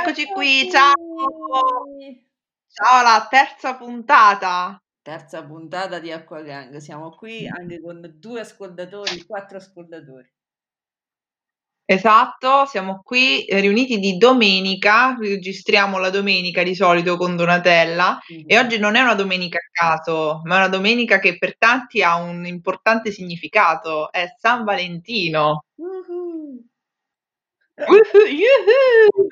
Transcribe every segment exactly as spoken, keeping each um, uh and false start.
Eccoci qui, ciao! Ciao alla terza puntata. Terza puntata di Acqua Gang. Siamo qui anche con due ascoltatori, quattro ascoltatori. Esatto, siamo qui riuniti di domenica, registriamo la domenica di solito con Donatella e Mhm. oggi non è una domenica a caso, ma è una domenica che per tanti ha un importante significato, è San Valentino. Woohoo! Woohoo, yuhu!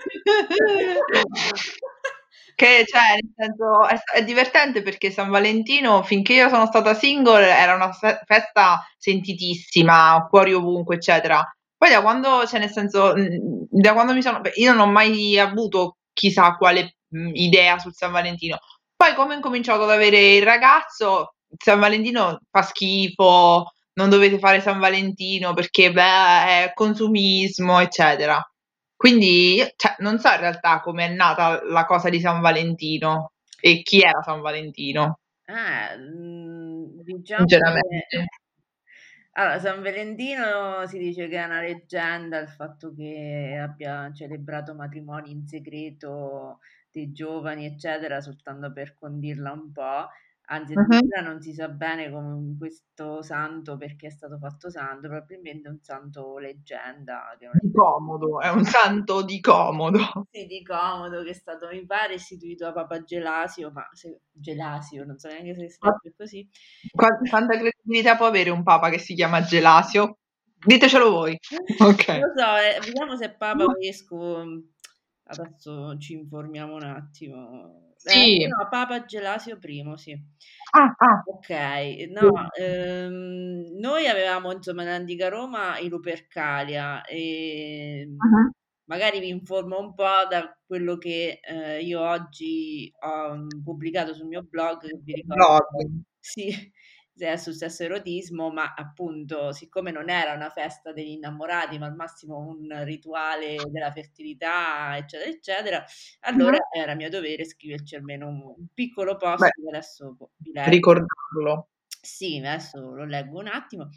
Che cioè, nel senso, è, è divertente perché San Valentino, finché io sono stata single, era una fe- festa sentitissima, cuori ovunque, eccetera. Poi da quando, cioè nel senso, mh, da quando mi sono... beh, io non ho mai avuto chissà quale mh, idea sul San Valentino. Poi come ho incominciato ad avere il ragazzo, San Valentino fa schifo, non dovete fare San Valentino perché beh, è consumismo, eccetera. Quindi, cioè, non so in realtà com'è nata la cosa di San Valentino e chi era San Valentino, Ah, mm, diciamo che sinceramente. allora, San Valentino si dice che è una leggenda il fatto che abbia celebrato matrimoni in segreto dei giovani, eccetera, soltanto per condirla un po'. Anzi, Mh-mh. addirittura non si sa bene come questo santo perché è stato fatto santo, probabilmente è un santo leggenda che non è Di comodo, è un santo di comodo. sì, di comodo, che è stato, mi pare, istituito da Papa Gelasio, ma se, Gelasio, non so neanche se si Qua legge così. qua quanta credibilità può avere un papa che si chiama Gelasio? Ditecelo voi. Non Okay. lo so, eh, vediamo se è Papa o Vescovo. Adesso ci informiamo un attimo. Eh, Sì. no, Papa Gelasio primo, sì. Ah, ah. Ok, no, ehm, noi avevamo insomma nell'antica Roma i Lupercalia e Mh-mh. magari vi informo un po' da quello che eh, io oggi ho mm, pubblicato sul mio blog, che vi ricordo, Blog. sì, è sul sesso erotismo, ma appunto, siccome non era una festa degli innamorati, ma al massimo un rituale della fertilità, eccetera, eccetera, allora Mh-mh. era mio dovere scriverci almeno un, un piccolo Beh, post che adesso boh, vi leggo. ricordarlo. Sì, adesso lo leggo un attimo.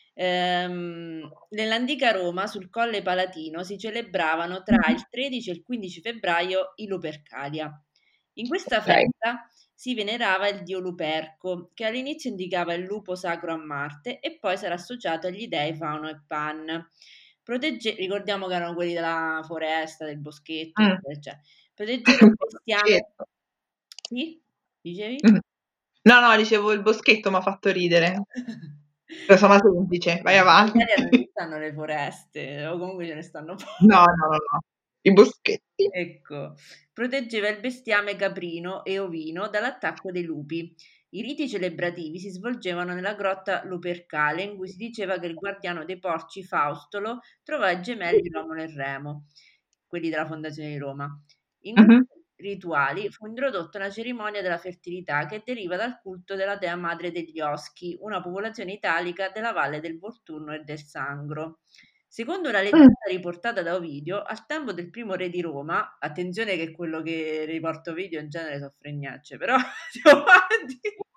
Ehm, nell'antica Roma, sul Colle Palatino, si celebravano tra Mh-mh. il tredici e il quindici febbraio i Lupercalia. In questa Okay. festa si venerava il dio Luperco, che all'inizio indicava il lupo sacro a Marte e poi sarà associato agli dei Fauno e Pan. Protegge- ricordiamo che erano quelli della foresta, del boschetto, Mh. eccetera, eccetera. Proteggeva il bestiame. Boschetto. Sì? Dicevi? Mh. No, no, dicevo il boschetto m'ha fatto ridere. Persona semplice, vai In avanti. Italia non ci stanno le foreste, o comunque ce ne stanno poche. No, no, no, no. I boschetti. Ecco, proteggeva il bestiame caprino e ovino dall'attacco dei lupi. I riti celebrativi si svolgevano nella grotta Lupercale, in cui si diceva che il guardiano dei porci Faustolo trovò i gemelli Romolo e Remo, quelli della fondazione di Roma. In Mh-mh. questi rituali fu introdotta una cerimonia della fertilità che deriva dal culto della dea madre degli Oschi, una popolazione italica della valle del Volturno e del Sangro. Secondo una Mh. leggenda riportata da Ovidio, al tempo del primo re di Roma, attenzione che quello che riporta Ovidio in genere sono fregnacce, però andiamo avanti.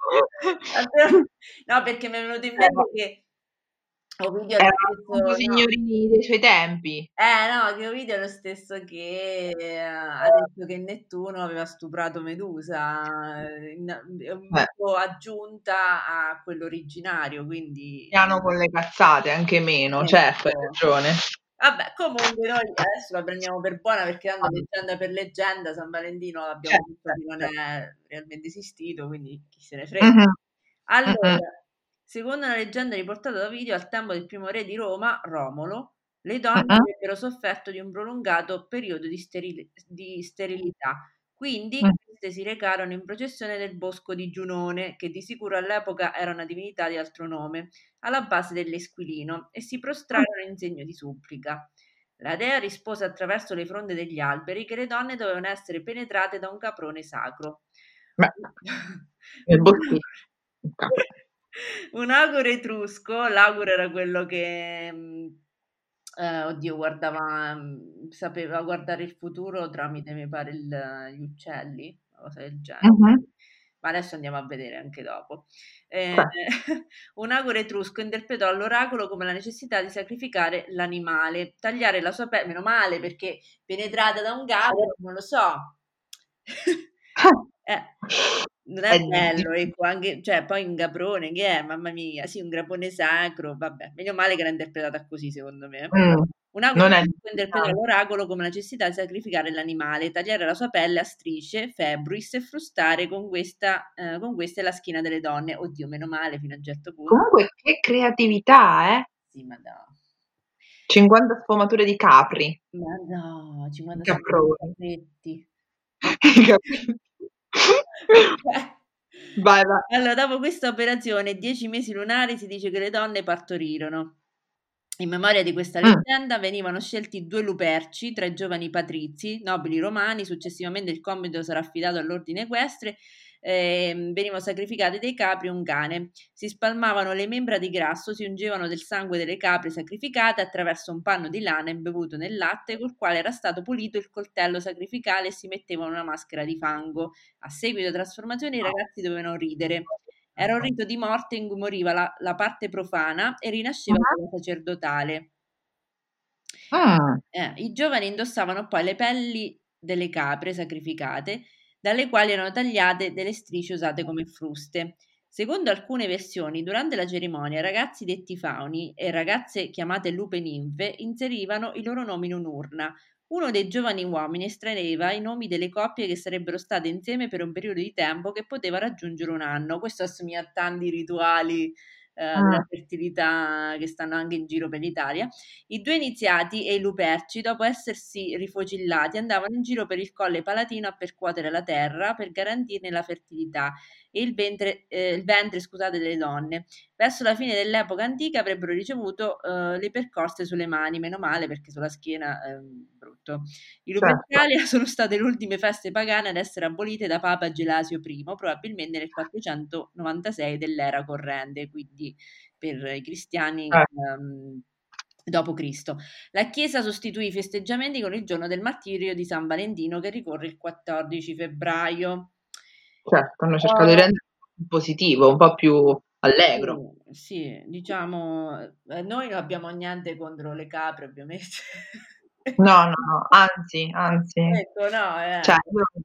No, perché mi è venuto in Era mente che Ovidio è lo era appunto stesso, no, signorini dei suoi tempi. eh no, che Ovidio è lo stesso che eh, ha detto che Nettuno aveva stuprato Medusa, eh, in- è un Eh, mito aggiunta a quello originario, quindi piano con le cazzate, anche meno, certo, hai ecco. ragione. Vabbè, comunque noi adesso la prendiamo per buona perché tanto leggenda per leggenda San Valentino abbiamo Certo, visto che non certo. è realmente esistito, quindi chi se ne frega. Mh-mh. Mh-mh. Allora, secondo una leggenda riportata da Video, al tempo del primo re di Roma, Romolo, le donne Mh-mh. avrebbero sofferto di un prolungato periodo di, steril- di sterilità, quindi Mh. queste si recarono in processione nel bosco di Giunone, che di sicuro all'epoca era una divinità di altro nome, alla base dell'Esquilino, e si Mh. prostrarono in segno di supplica. La dea rispose attraverso le fronde degli alberi che le donne dovevano essere penetrate da un caprone sacro. Beh, nel Un, boschetto. Un caprone. un auguro etrusco, l'auguro era quello che, mm, eh, oddio, guardava, mm, sapeva guardare il futuro tramite, mi pare, il- gli uccelli, una cosa del genere. Mh-mh. ma adesso andiamo a vedere anche dopo. Eh, Cioè. un ago etrusco interpretò all'oracolo come la necessità di sacrificare l'animale, tagliare la sua pelle, meno male perché penetrata da un gatto, non lo so. Eh, non è È bello, difficile. ecco, anche, cioè, poi un caprone, che è? Mamma mia, sì, un grapone sacro, vabbè, meno male che l'ha interpretata così, secondo me. Mh, Un ago non è etrusco interpretò importante. l'oracolo come la necessità di sacrificare l'animale, tagliare la sua pelle a strisce, februis, e frustare con questa, eh, con queste la schiena delle donne. Oddio, meno male fino a un certo punto. Comunque che creatività, eh? Sì, ma no. cinquanta sfumature di capri. Ma no, I cinquanta caproni. capretti. I capretti. Vai, vai. Allora, dopo questa operazione, dieci mesi lunari, si dice che le donne partorirono. In memoria di questa Mh. leggenda venivano scelti due luperci tra i giovani patrizi, nobili romani. Successivamente il compito sarà affidato all'ordine equestre. ehm, venivano sacrificati dei capri e un cane. Si spalmavano le membra di grasso, si ungevano del sangue delle capre sacrificate attraverso un panno di lana imbevuto nel latte, col quale era stato pulito il coltello sacrificale, e si mettevano una maschera di fango. A seguito della trasformazione i ragazzi dovevano ridere. Era un rito di morte in cui moriva la, la parte profana e rinasceva Mh-mh. quella sacerdotale. Mh. Eh, I giovani indossavano poi le pelli delle capre sacrificate, dalle quali erano tagliate delle strisce usate come fruste. Secondo alcune versioni, durante la cerimonia, ragazzi detti fauni e ragazze chiamate lupe ninfe inserivano i loro nomi in un'urna. Uno dei giovani uomini estraeva i nomi delle coppie che sarebbero state insieme per un periodo di tempo che poteva raggiungere un anno. Questo assomiglia a tanti rituali eh, della Mh. fertilità che stanno anche in giro per l'Italia. I due iniziati e i luperci, dopo essersi rifocillati, andavano in giro per il colle palatino a percuotere la terra per garantirne la fertilità e il ventre, eh, il ventre scusate, delle donne. Verso la fine dell'epoca antica avrebbero ricevuto eh, le percosse sulle mani, meno male perché sulla schiena è brutto. I Certo. Lupercalia sono state le ultime feste pagane ad essere abolite da Papa Gelasio I, probabilmente nel quattrocentonovantasei dell'era corrente, quindi per i cristiani Eh. ehm, dopo Cristo. La Chiesa sostituì i festeggiamenti con il giorno del martirio di San Valentino, che ricorre il quattordici febbraio. Certo, hanno cercato di Uh, rendere più positivo, un po' più allegro. sì, sì, diciamo, eh, noi non abbiamo niente contro le capre, ovviamente. No, no, no, anzi, anzi. Ecco, no, Cioè eh.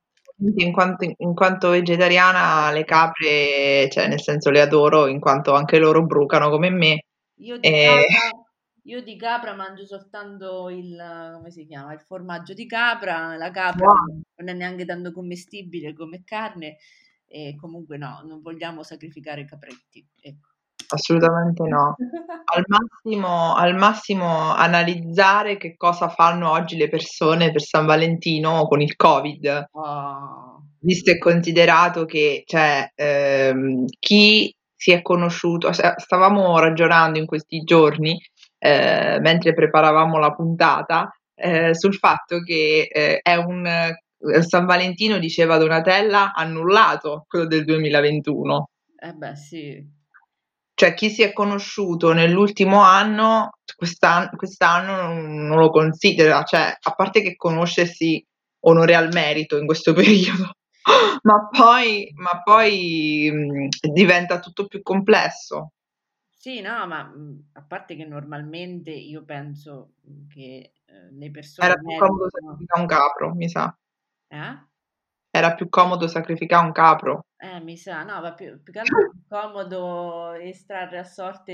io in quanto in quanto vegetariana le capre, cioè nel senso le adoro in quanto anche loro brucano come me. Io di E capra, io di capra mangio soltanto il, come si chiama, il formaggio di capra. La capra buono. non è neanche tanto commestibile come carne, e comunque no, non vogliamo sacrificare i capretti. Ecco. Assolutamente no. Al massimo al massimo analizzare che cosa fanno oggi le persone per San Valentino con il Covid. Oh. Visto e considerato che, cioè, ehm, chi si è conosciuto sta stavamo ragionando in questi giorni, ehm, mentre preparavamo la puntata, ehm, sul fatto che, ehm, è un ehm, San Valentino, diceva Donatella, annullato, quello del duemilaventuno. Eh beh, sì. Cioè chi si è conosciuto nell'ultimo anno, quest'an quest'anno non non lo considera, cioè a parte che conoscersi onore al merito in questo periodo, ma poi ma poi, mhmm, diventa tutto più complesso. Sì, no, ma mh, a parte che normalmente io penso mh, che eh, le Era persone più comodo meditino, sacrificà un capro, mi sa. eh? Era più comodo sacrificà un capro. Eh, mi sa, no, ma più, più che altro è più comodo estrarre a sorte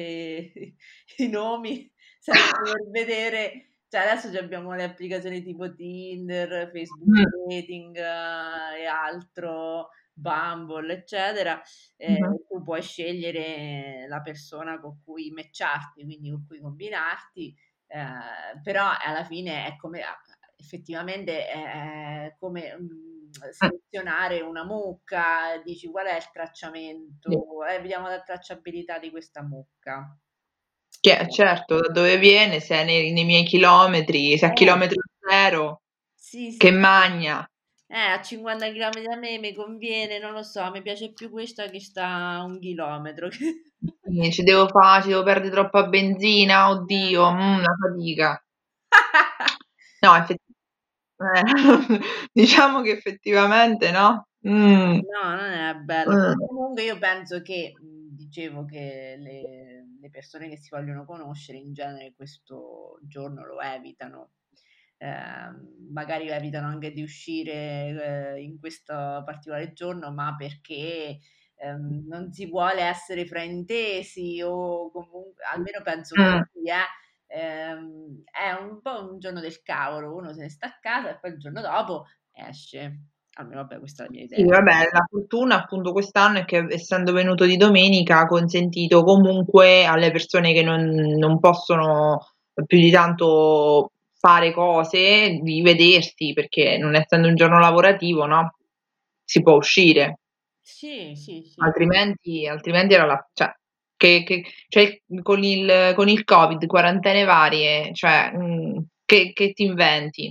i nomi senza dover vedere. Cioè, adesso già abbiamo le applicazioni tipo Tinder, Facebook Mh. Dating eh, e altro, Bumble, eccetera. Eh, Mh-mh. tu puoi scegliere la persona con cui matcharti, quindi con cui combinarti, eh, però alla fine è come effettivamente è come mh, Mh. selezionare una mucca, dici qual è il Sì. tracciamento, eh, vediamo la tracciabilità di questa mucca. Che certo, da dove viene, se è nei nei miei chilometri, se è a Eh, chilometro zero, sì, che sì, magna. eh, a cinquanta chilometri da me mi conviene, non lo so, mi piace più questa che sta a un chilometro. Sì, ci devo fa ci devo perdere troppa benzina, Eh. oddio, mh, la fatica. No, effetti eh, diciamo che effettivamente, no, Mh. No, non è bello. Mh. Comunque io penso che, mhmm, dicevo che le le persone che si vogliono conoscere in genere questo giorno lo evitano. Ehm, magari evitano anche di uscire, ehm, in questo particolare giorno, ma perché, ehm, non si vuole essere fraintesi o comunque almeno penso Mh. così, eh. Ehm, è un po' un giorno del cavolo, uno se ne sta a casa e poi il giorno dopo esce. Almeno vabbè questa è la mia Sì, idea. vabbè, la fortuna appunto quest'anno è che essendo venuto di domenica ha consentito comunque alle persone che non non possono più di tanto fare cose, di vedersi, perché non essendo un giorno lavorativo, no, si può uscire. Sì, sì, sì. Altrimenti altrimenti era la cioè che che cioè con il con il Covid, quarantene varie, cioè, mhmm, che che ti inventi?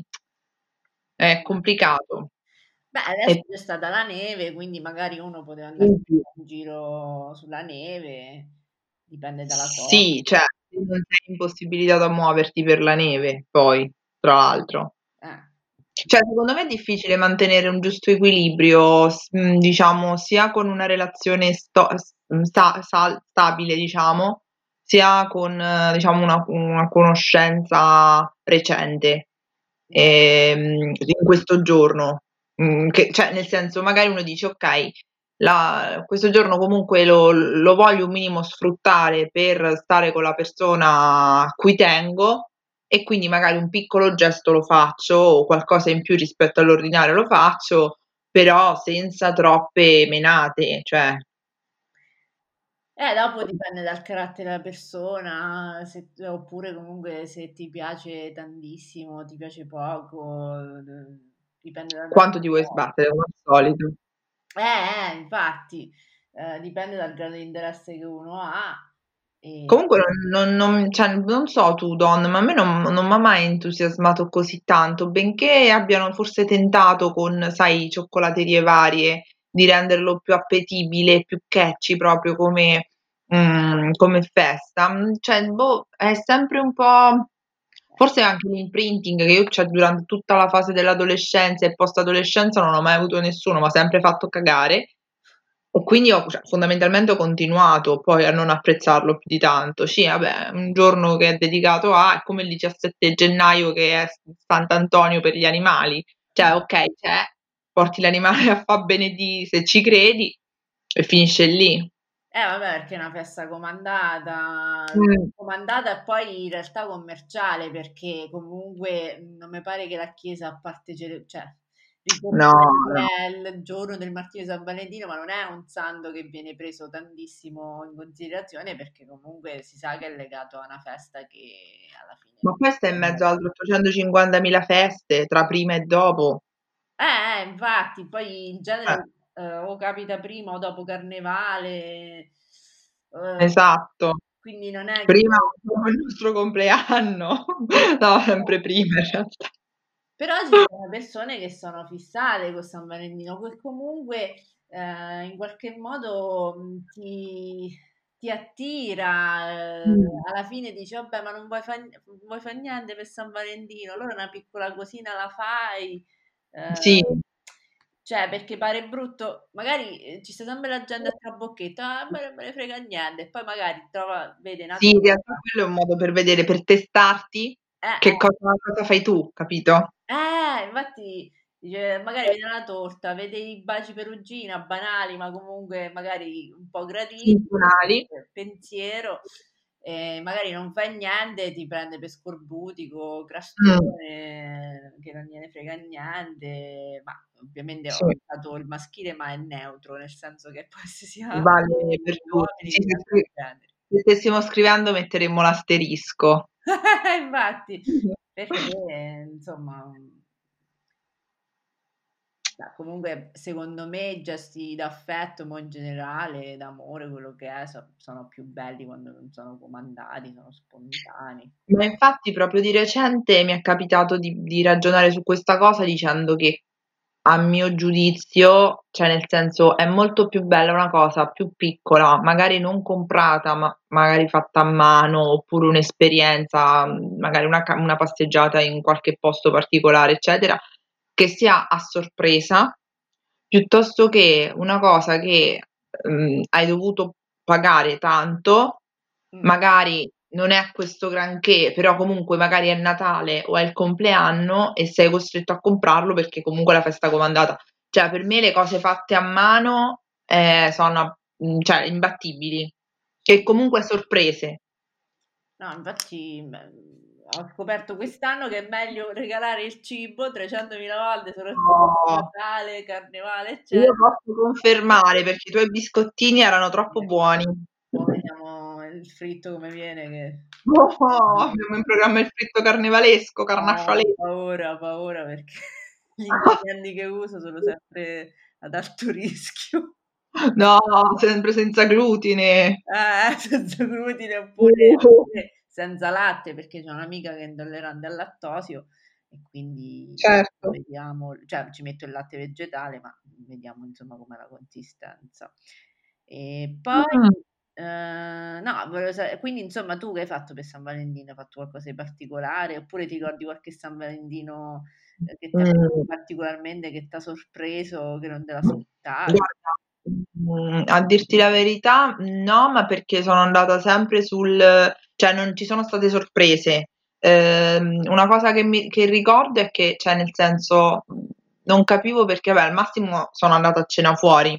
È complicato. Beh, adesso E c'è stata la neve, quindi magari uno poteva andare in più in giro sulla neve, dipende dalla cosa. sì, cioè tu non sei impossibilitato a muoverti per la neve poi, tra l'altro. Eh. Cioè, secondo me è difficile mantenere un giusto equilibrio, s mhmm, diciamo, sia con una relazione sto s mhmm, sta sal stabile, diciamo, sia con, diciamo, una una conoscenza recente, ehm, in questo giorno. Mhmm, che cioè, nel senso, magari uno dice: "Okay, la questo giorno comunque lo lo voglio un minimo sfruttare per stare con la persona a cui tengo e quindi magari un piccolo gesto lo faccio o qualcosa in più rispetto all'ordinario lo faccio, però senza troppe menate, cioè". Eh, dopo dipende dal carattere della persona, se t oppure comunque se ti piace tantissimo, ti piace poco, d dipende da tante Quanto ti vuoi cose. sbattere come al solito. Eh, eh, infatti, ehm, dipende dal grado di interesse che uno ha, e Comunque non non non cioè, non so tu donna, ma a me non non m'ha mai entusiasmato così tanto, benché abbiano forse tentato con, sai, cioccolaterie varie, di renderlo più appetibile, più catchy proprio come mhmm, come festa, mhmm, cioè boh, è sempre un po' forse anche l'imprinting che io c'ho durante tutta la fase dell'adolescenza e post adolescenza non ho mai avuto nessuno, m'ha sempre fatto cagare e quindi ho cioè fondamentalmente ho continuato poi a non apprezzarlo più di tanto. Sì, vabbè, un giorno che è dedicato a è come il diciassette gennaio che è S Sant'Antonio per gli animali. Cioè, okay, c'è, porti l'animale a fa benedì se ci credi e finisce lì. Eh vabbè, perché è una festa comandata Mh. comandata e poi in realtà commerciale, perché comunque, mhmm, non me pare che la chiesa a parte cele cioè No, riconosce no. che è il giorno del martirio di San Valentino, ma non è un santo che viene preso tantissimo in considerazione, perché comunque si sa che è legato a una festa che alla fine Ma poi sta in mezzo a altre ottocentocinquantamila feste tra prima e dopo. Eh, eh, infatti, poi in Eh. genere, ehm, o capita prima o dopo carnevale, uhm, Esatto. quindi non è che Prima o dopo il nostro compleanno. No, sempre prima in realtà. però ci sono persone che sono fissate con San Valentino, che comunque, ehm, in qualche modo, mhmm, ti ti attira, ehm, Mh. alla fine dici: "Vabbè, ma non vuoi fa n non vuoi fa niente per San Valentino, allora una piccola cosina la fai". Ehm, Sì. cioè perché pare brutto, magari, ehm, ci sta sempre la gente a trabocchetto: "Ah, a me non me ne frega niente", e poi magari trova vede una Sì, in realtà torta quello è un modo per vedere, per testarti eh, che eh. cosa cosa fai tu, capito? Eh, infatti dice magari vede una torta, vede i baci perugina, banali, ma comunque magari un po' graditi, Funzionali. pensiero, e magari non fa niente, ti prende per scorbutico, Mh. crastone, che non gliene frega niente, ma ovviamente ho Sì. usato il maschile, ma è neutro, nel senso che può esse sia Vale per tutti. uomini Sì, di se altri scri generi. se stessimo scrivendo metteremmo l'asterisco. Infatti, perché insomma Beh, comunque secondo me i gesti d'affetto, mo in generale, d'amore, quello che è, so sono più belli quando non sono comandati, sono spontanei. Ma infatti proprio di recente mi è capitato di di ragionare su questa cosa dicendo che, a mio giudizio, cioè nel senso, è molto più bella una cosa più piccola, magari non comprata, ma magari fatta a mano, oppure un'esperienza, mhmm, magari una ca una passeggiata in qualche posto particolare, eccetera, che sia a sorpresa, piuttosto che una cosa che, mhmm, hai dovuto pagare tanto, Mh. magari non è questo granché, però comunque magari è Natale o è il compleanno e sei costretto a comprarlo perché comunque è la festa comandata. Cioè per me le cose fatte a mano, ehm, sono, mhmm, cioè imbattibili. E comunque sorprese. No, infatti, mhmm, ho scoperto quest'anno che è meglio regalare il cibo trecentomila volte, soprattutto per No. Natale, Carnevale, Io eccetera. posso confermare perché i tuoi biscottini erano troppo Eh, buoni. mo vediamo il fritto come viene che Oh, abbiamo in programma il fritto carnevalesco, ho carnascialesco. paura, ho paura perché gli ingredienti che uso sono sempre ad alto rischio. No, sempre senza glutine. Eh, senza glutine oppure Uh, oppure senza latte, perché c'ho un'amica che è intollerante al lattosio e quindi certo. vediamo, cioè ci metto il latte vegetale, ma vediamo insomma com'è la consistenza. E poi, Mh. ehm, no, volevo sa quindi insomma tu che hai fatto per San Valentino? Hai fatto qualcosa di particolare? Oppure ti ricordi qualche San Valentino, ehm, che ti ha Mh. particolarmente, che t'ha sorpreso, che non te l'aspettavi? Guarda, mhmm, a dirti la verità no, ma perché sono andata sempre sul cioè non ci sono state sorprese. Ehm, una cosa che mi che ricordo è che cioè nel senso, mhmm, non capivo perché vabbè al massimo sono andata a cena fuori.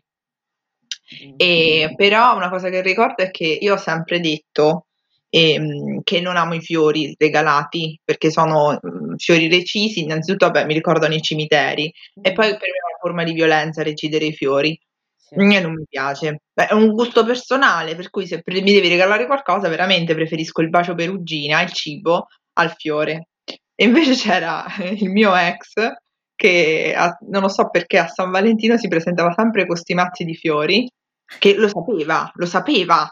Mh. Ehm, però una cosa che ricordo è che io ho sempre detto, ehm, che non amo i fiori regalati, perché sono, mhmm, fiori recisi, innanzitutto vabbè mi ricordano i cimiteri e poi Mh. per me è una forma di violenza recidere i fiori. A Sì. me non mi piace. Beh, è un gusto personale, per cui se pre mi devi regalare qualcosa veramente preferisco il bacio perugina, il cibo, al fiore. E invece c'era il mio ex che a non lo so perché a San Valentino si presentava sempre con 'sti mazzi di fiori, che lo sapeva, lo sapeva.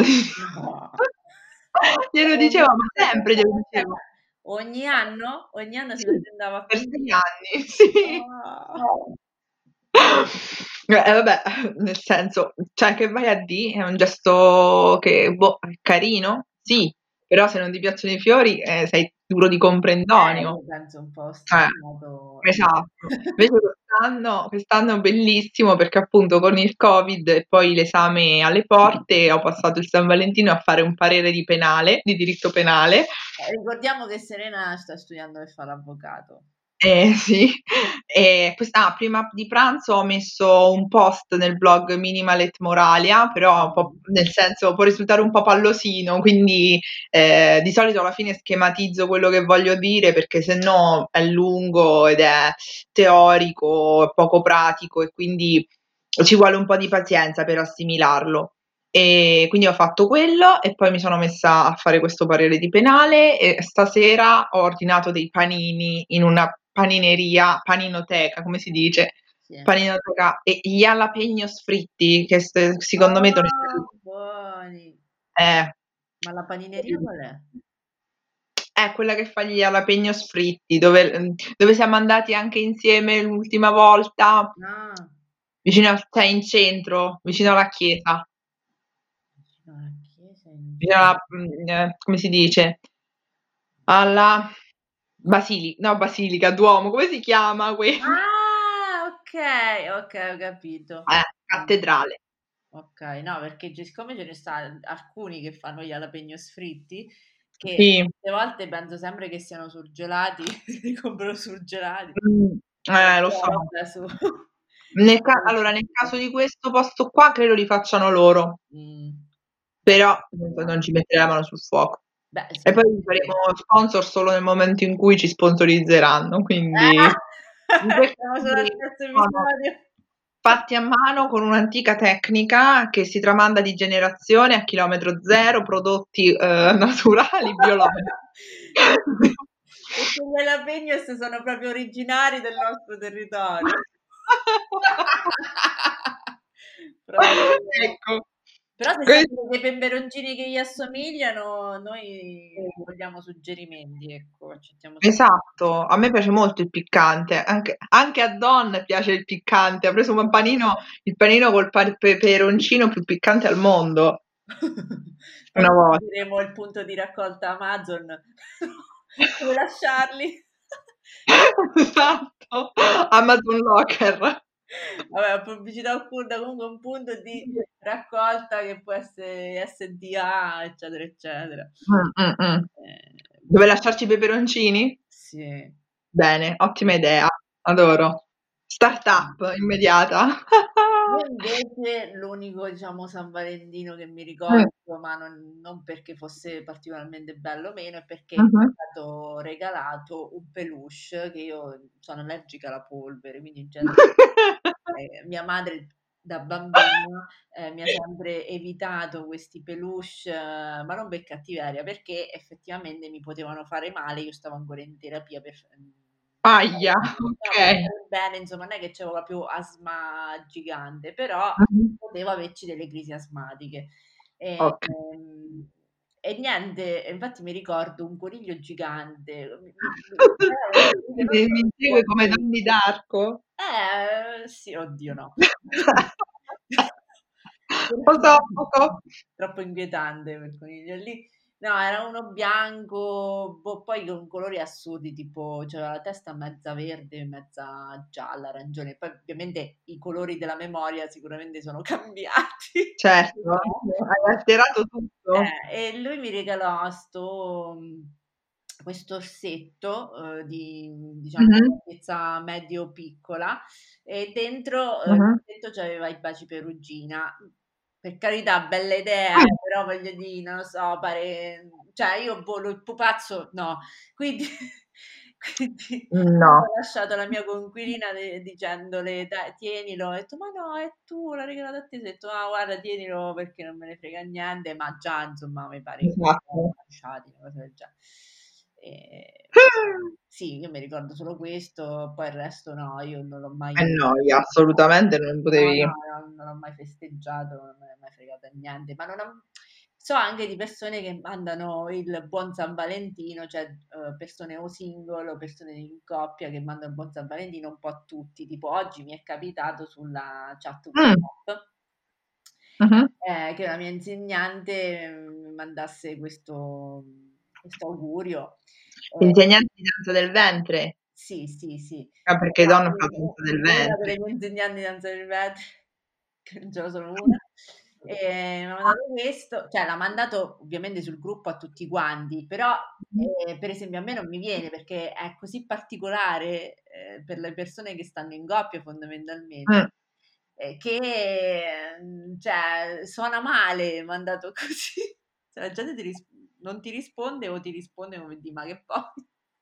No. Glielo Ogni dicevo, ma sempre glielo aspetta, dicevo. ogni anno? Ogni anno si Sì, presentava per così? sei anni, sì. Ah. Eh, eh, vabbè, nel senso, cioè che vai a dì? È un gesto che, boh, è carino, sì, però se non ti piacciono i fiori, eh, sei duro di Eh, comprendonio. io penso un po' Eh, ostinato. esatto. Invece quest'anno quest'anno bellissimo perché appunto con il Covid e poi l'esame alle porte, ho passato il San Valentino a fare un parere di penale, di diritto penale. Eh, ricordiamo che Serena sta studiando per fa l'avvocato. Eh sì, e quest ah, prima di pranzo ho messo un post nel blog Minimal et Moralia, però un po' Mh. nel senso può risultare un po' pallosino, quindi, ehm, di solito alla fine schematizzo quello che voglio dire perché se no è lungo ed è teorico, è poco pratico e quindi ci vuole un po' di pazienza per assimilarlo. E quindi ho fatto quello e poi mi sono messa a fare questo parere di penale e stasera ho ordinato dei panini in una panineria, paninoteca, come si dice? Sì. Paninoteca e gli jalapeños fritti che s secondo me Ah, dovrebbero buoni. eh. Ma la panineria qual è? Eh, quella che fa gli jalapeños fritti, dove mhmm, dove siamo andati anche insieme l'ultima volta, Ah, vicino al cioè in centro, vicino alla chiesa. vicino alla chiesa in Vicino ce alla mhmm, ehm, come si dice? Alla basili no basilica, Duomo, come si chiama que ah, okay, okay, ho capito. eh, Mh. cattedrale. Okay, no, perché ge siccome ce ne sta alcuni che fanno gli jalapeños fritti, che Sì, certe volte penso sempre che siano surgelati, li compro surgelati. mh, Eh, eh, lo però so. vabbè su Nel ca allora nel caso di questo posto qua credo li facciano loro, Mh. Beh, però comunque non ci metterei la mano sul fuoco. beh, E poi gli sicuramente. faremo sponsor solo nel momento in cui ci sponsorizzeranno, quindi Ah! in questo Siamo solo al momento terzo sono episodio. fatti a mano con un'antica tecnica che si tramanda di generazione a chilometro zero, prodotti, uhm, naturali, biologici. Perché gli jalapeños sono proprio originari del nostro territorio. Proprio. Ecco, Però se ques sapete dei peperoncini che gli assomigliano, noi vogliamo suggerimenti, ecco, accettiamo suggerimenti. esatto, a me piace molto il piccante, anche anche a Don piace il piccante. Ha preso un panino il panino col pa peperoncino più piccante al mondo, Poi una volta. diremo il punto di raccolta Amazon, dove lasciarli. Esatto, Amazon Locker. Vabbè, pubblicità occulta, comunque un punto di raccolta che può essere S D A, eccetera, eccetera. Mm, mm, mm. Eh, Dove lasciarci i peperoncini? sì. Bene, ottima idea, adoro. Startup immediata. Io invece l'unico, diciamo, San Valentino che mi Mm, ricordo, ma non, non perché fosse particolarmente bello o meno, è perché mi è mhm. stato regalato un peluche, che io sono allergica alla polvere, quindi in genere eh, mia madre da bambina eh, mi ha sempre evitato questi peluche, eh, ma non per cattiveria, perché effettivamente mi potevano fare male, io stavo ancora in terapia per... Aia, No, per ok. stare bene, insomma, non è che c'avevo proprio asma gigante, però Mhm. potevo averci delle crisi asmatiche. E, Ok. ehm, e niente, e infatti mi ricordo un coniglio gigante, mi, mi- mi- era un coniglio non Mi, mi solo insegue come gigante, Donnie d'Arco. eh, sì, oddio no. Poco. Troppo inquietante quel coniglio lì. No, era uno bianco, boh, poi con colori assurdi, tipo c'aveva la testa mezza verde, mezza gialla, arancione. Poi ovviamente i colori della memoria sicuramente sono cambiati. Certo, hai alterato tutto. Eh, e lui mi regalò sto, questo orsetto eh, di, diciamo, Mhm, altezza medio-piccola e dentro eh, mhm. l'orsetto c'aveva i baci perugina. Per carità, bella idea, Mm. eh, però voglio dire, non lo so, pare... Cioè, io volo il pupazzo, no. Quindi, quindi No, ho lasciato la mia coinquilina de- dicendole, dai, tienilo. Ho detto, ma no, è tu, l'ha regalato a te. Ho detto, ah, guarda, tienilo perché non me ne frega niente, ma già, insomma, mi pare che mi esatto. lasciati, una cosa del genere. E- sì, io mi ricordo solo questo, poi il resto no, io non l'ho Eh mai... no, io assolutamente non No, potevi. no, no, non ho mai festeggiato, non me ne è mai fregato niente, ma non ho... so anche di persone che mandano il buon San Valentino, cioè eh, persone o single o persone in coppia che mandano il buon San Valentino un po' a tutti, tipo oggi mi è capitato sulla chat Mm, WhatsApp mhm. eh, che la mia insegnante mm, mi mandasse questo, questo augurio. Eh, Insegnante di danza del ventre. sì, sì, sì. Ah, perché No, donne fa u- danza del una delle ventre. mie insegnanti di danza del ventre, che non ce ne sono una, e mi ha mandato questo, cioè l'ha mandato ovviamente sul gruppo a tutti quanti, però eh, per esempio a me non mi viene perché è così particolare eh, per le persone che stanno in coppia fondamentalmente, Mm. eh, che mm, cioè, suona male mandato così, cioè, la gente ti ris- non ti risponde o ti risponde come di ma che poi.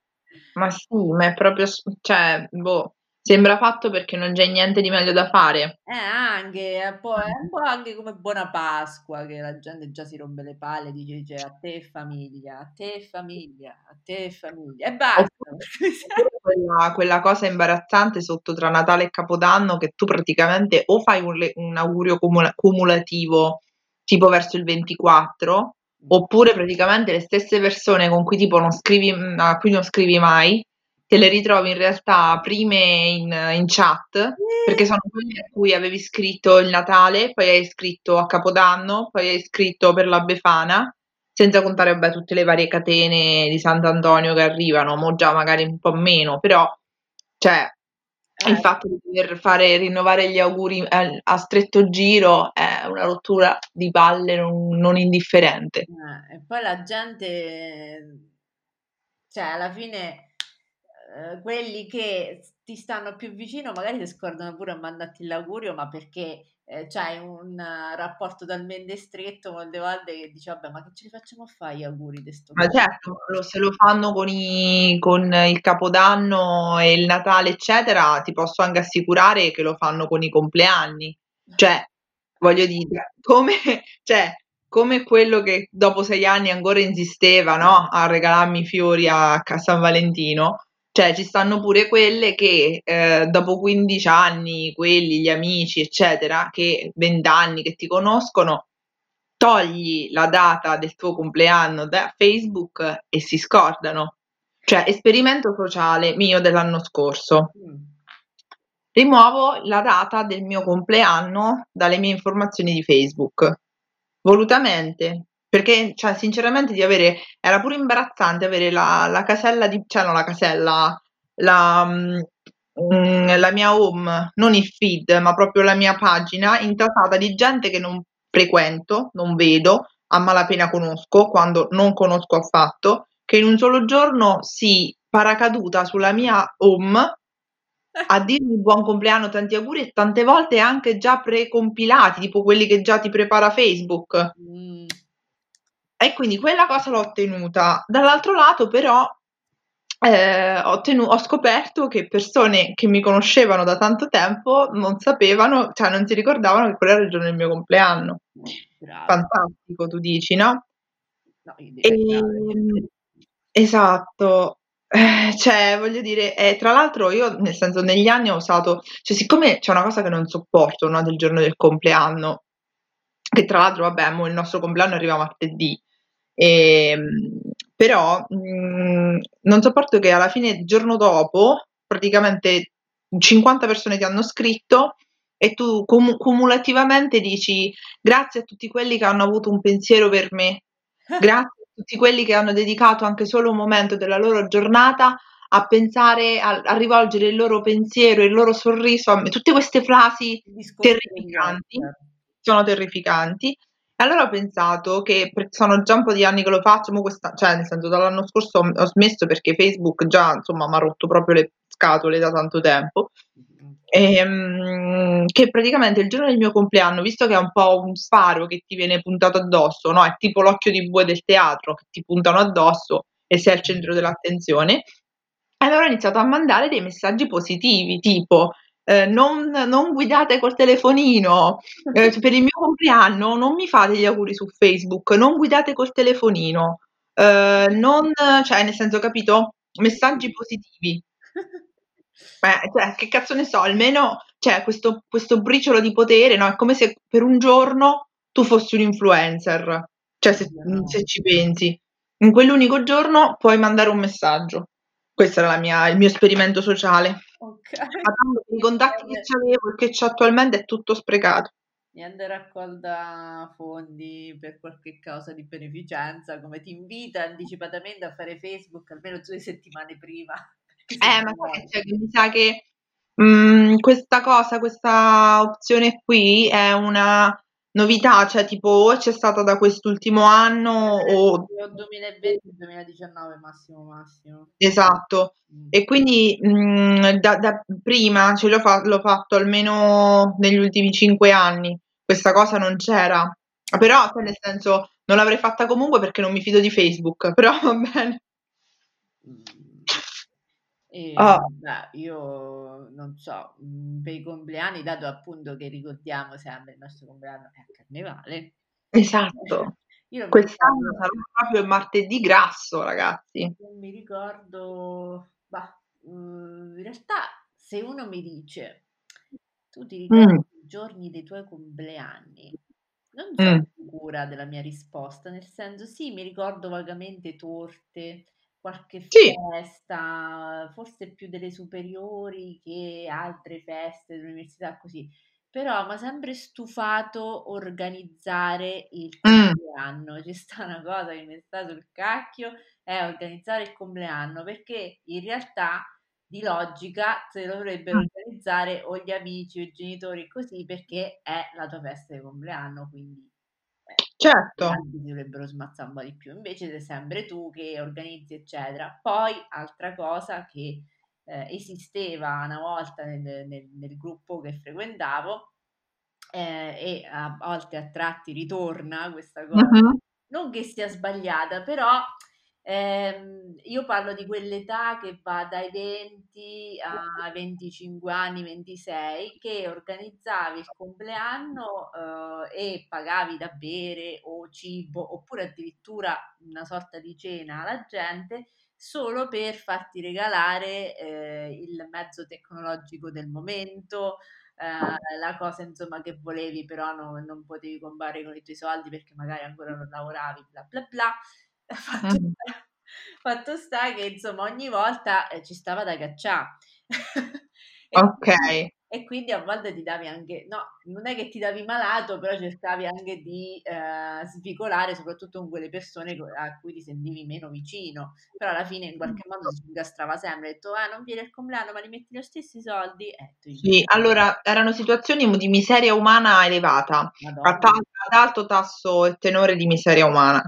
Ma sì, ma è proprio, s- cioè, boh, sembra fatto perché non c'è niente di meglio da fare. Eh, anche, è un po', è un po' anche come Buona Pasqua, che la gente già si rompe le palle, dice, dice a te famiglia, a te famiglia, a te famiglia, e basta. Oppure, oppure quella, quella cosa imbarazzante sotto tra Natale e Capodanno che tu praticamente o fai un, le- un augurio cumula- cumulativo tipo verso il ventiquattro, oppure praticamente le stesse persone con cui tipo non scrivi, a cui non scrivi mai, te le ritrovi in realtà prime in, in chat, perché sono quelle a cui avevi scritto il Natale, poi hai scritto a Capodanno, poi hai scritto per la Befana. Senza contare, vabbè, tutte le varie catene di Sant'Antonio che arrivano, mo già magari un po' meno, però, cioè, il Eh, fatto di dover fare rinnovare gli auguri a, a stretto giro è una rottura di palle non, non indifferente. eh, e poi la gente, cioè alla fine, eh, quelli che ti stanno più vicino magari ti scordano pure a mandarti l'augurio, ma perché eh, c'hai un eh, rapporto talmente stretto molte volte che dici, vabbè, ma che ce li facciamo a fare gli auguri di sto Ma coso? certo, lo- se lo fanno con, i- con il Capodanno e il Natale, eccetera, ti posso anche assicurare che lo fanno con i compleanni. Cioè, voglio dire, come, cioè, come quello che dopo sei anni ancora insisteva, no, a regalarmi i fiori a, a San Valentino, cioè ci stanno pure quelle che eh, dopo quindici anni, quelli, gli amici, eccetera, che venti anni che ti conoscono, togli la data del tuo compleanno da Facebook e si scordano. Cioè, esperimento sociale mio dell'anno scorso. Mm. Rimuovo la data del mio compleanno dalle mie informazioni di Facebook, volutamente, perché, cioè, sinceramente, di avere, era pure imbarazzante avere la, la casella di, cioè, no, la casella, la, mm, mhmm, la mia home, non il feed, ma proprio la mia pagina, intasata di gente che non frequento, non vedo, a malapena conosco, quando non conosco affatto, che in un solo giorno si paracaduta sulla mia home a dirmi buon compleanno, tanti auguri e tante volte anche già precompilati, tipo quelli che già ti prepara Facebook. Mh. E quindi quella cosa l'ho ottenuta. Dall'altro lato però, ehm, ho ottenu ho scoperto che persone che mi conoscevano da tanto tempo non sapevano, cioè non si ricordavano che quello era il giorno del mio compleanno. Bravi. Fantastico, tu dici, no? No, ideale. Ehm, esatto. Eh, cioè voglio dire, e tra l'altro io, nel senso, negli anni ho usato, cioè siccome c'è una cosa che non sopporto, no, del giorno del compleanno, che tra l'altro vabbè, mo il nostro compleanno arriva martedì, ehm, però, mhmm, non sopporto che alla fine il giorno dopo, praticamente cinquanta persone ti hanno scritto e tu cumu cumulativamente dici: "Grazie a tutti quelli che hanno avuto un pensiero per me. Grazie a tutti quelli che hanno dedicato anche solo un momento della loro giornata a pensare a a rivolgere il loro pensiero, il loro sorriso a me." Tutte queste frasi Il discorso degli terrificanti, Oscar. sono terrificanti. E allora ho pensato che, perché sono già un po' di anni che lo faccio, mo questa cioè nel senso dall'anno scorso ho ho smesso perché Facebook già insomma m'ha rotto proprio le scatole da tanto tempo, Mh-mh. ehm, che praticamente il giorno del mio compleanno, visto che è un po' un faro che ti viene puntato addosso, no, è tipo l'occhio di bue del teatro che ti puntano addosso e sei al centro dell'attenzione, allora ho iniziato a mandare dei messaggi positivi tipo, ehm: "Non non guidate col telefonino, ehm, c per il mio compleanno non mi fate gli auguri su Facebook, non guidate col telefonino, ehm, non" cioè nel senso, capito? Messaggi positivi. Eh, cioè che cazzo ne so, almeno cioè questo questo briciolo di potere, no, è come se per un giorno tu fossi un influencer. Cioè se Oddio mhmm, no. se ci pensi. In quell'unico giorno puoi mandare un messaggio. Questa era la mia il mio esperimento sociale. Okay. Ma tanto con i contatti che Niente. c'avevo e che c'ho attualmente è tutto sprecato. Niente raccolta fondi per qualche causa di beneficenza, come ti invita anticipatamente a fare Facebook almeno due settimane prima, perché sei Eh, ma sai che geloso. c'è, che mi sa che, mhmm, questa cosa, questa opzione qui è una novità, cioè tipo o c'è stata da quest'ultimo anno o Eh, o duemilaventi duemiladiciannove massimo, massimo. esatto. Mh. E quindi, mhmm, da da prima ce l'ho fa l'ho fatto almeno negli ultimi cinque anni. Questa cosa non c'era. Mh. Però, cioè nel senso, non l'avrei fatta comunque perché non mi fido di Facebook, però va bene. Mh. Ah, Ehm, beh, io non so, mhmm, per i compleanni, dato appunto che ricordiamo sempre il nostro compleanno è a carnevale, esatto. io non mi Quest'anno ricordo sarà proprio il martedì grasso, ragazzi. non mi ricordo bah, mhmm, in realtà se uno mi dice: "Tu ti ricordi Mh, i giorni dei tuoi compleanni?" Non mh. sono sicura della mia risposta, nel senso sì, mi ricordo vagamente torte, qualche Sì, festa, forse più delle superiori che altre feste dell'università, così. Però m'ha sempre stufato organizzare il mh, compleanno. Ci sta una cosa che mi sta sul cacchio, è organizzare il compleanno, perché in realtà di logica se lo dovrebbero mh. organizzare o gli amici o i genitori così, perché è la tua festa di compleanno, quindi eh, gli Certo. altri si dovrebbero smazzare un po' di più. Invece sei sempre tu che organizzi, eccetera. Poi, altra cosa che eh, esisteva una volta nel, nel- nel gruppo che frequentavo, eh, e a volte a tratti ritorna questa cosa, Mh-mh. non che sia sbagliata, però ehm, io parlo di quell'età che va dai venti ai venticinque anni, ventisei, che organizzavi il compleanno eh, e pagavi da bere o cibo, oppure addirittura una sorta di cena alla gente solo per farti regalare eh, il mezzo tecnologico del momento, eh, la cosa insomma che volevi, però no- non potevi comprare con i tuoi soldi perché magari ancora non lavoravi, bla bla bla. Fatto Mh. sta, fatto sta che insomma ogni volta eh, ci stava da caccià. E quindi Okay. E quindi a volte ti davi anche, no, non è che ti davi malato, però cercavi anche di eh, svicolare, soprattutto con quelle persone co- a cui ti sentivi meno vicino. Però alla fine in qualche modo si incastrava sempre, ha detto, ah, non viene il compleanno, ma li metti lo stessi soldi, e tu dici, Sì, allora erano situazioni di miseria umana elevata, a ta- Madonna. ad alto tasso e tenore di miseria umana.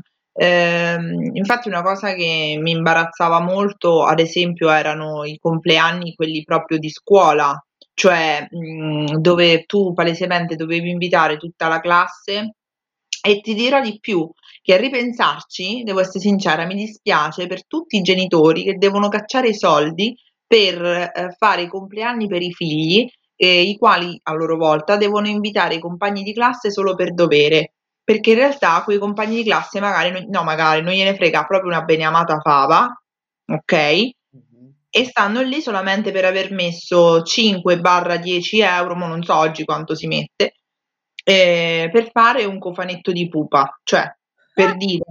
Ehm, infatti una cosa che mi imbarazzava molto, ad esempio, erano i compleanni, quelli proprio di scuola, cioè mh, dove tu palesemente dovevi invitare tutta la classe e ti dirò di più, che a ripensarci, devo essere sincera, mi dispiace per tutti i genitori che devono cacciare i soldi per eh, fare i compleanni per i figli, eh, i quali a loro volta devono invitare i compagni di classe solo per dovere, perché in realtà quei compagni di classe magari, non- no, magari non gliene frega proprio una beneamata fava, ok? Mhm. E stanno lì solamente per aver messo cinque dieci euro, ma non so oggi quanto si mette, eh, per fare un cofanetto di pupa, cioè per dire,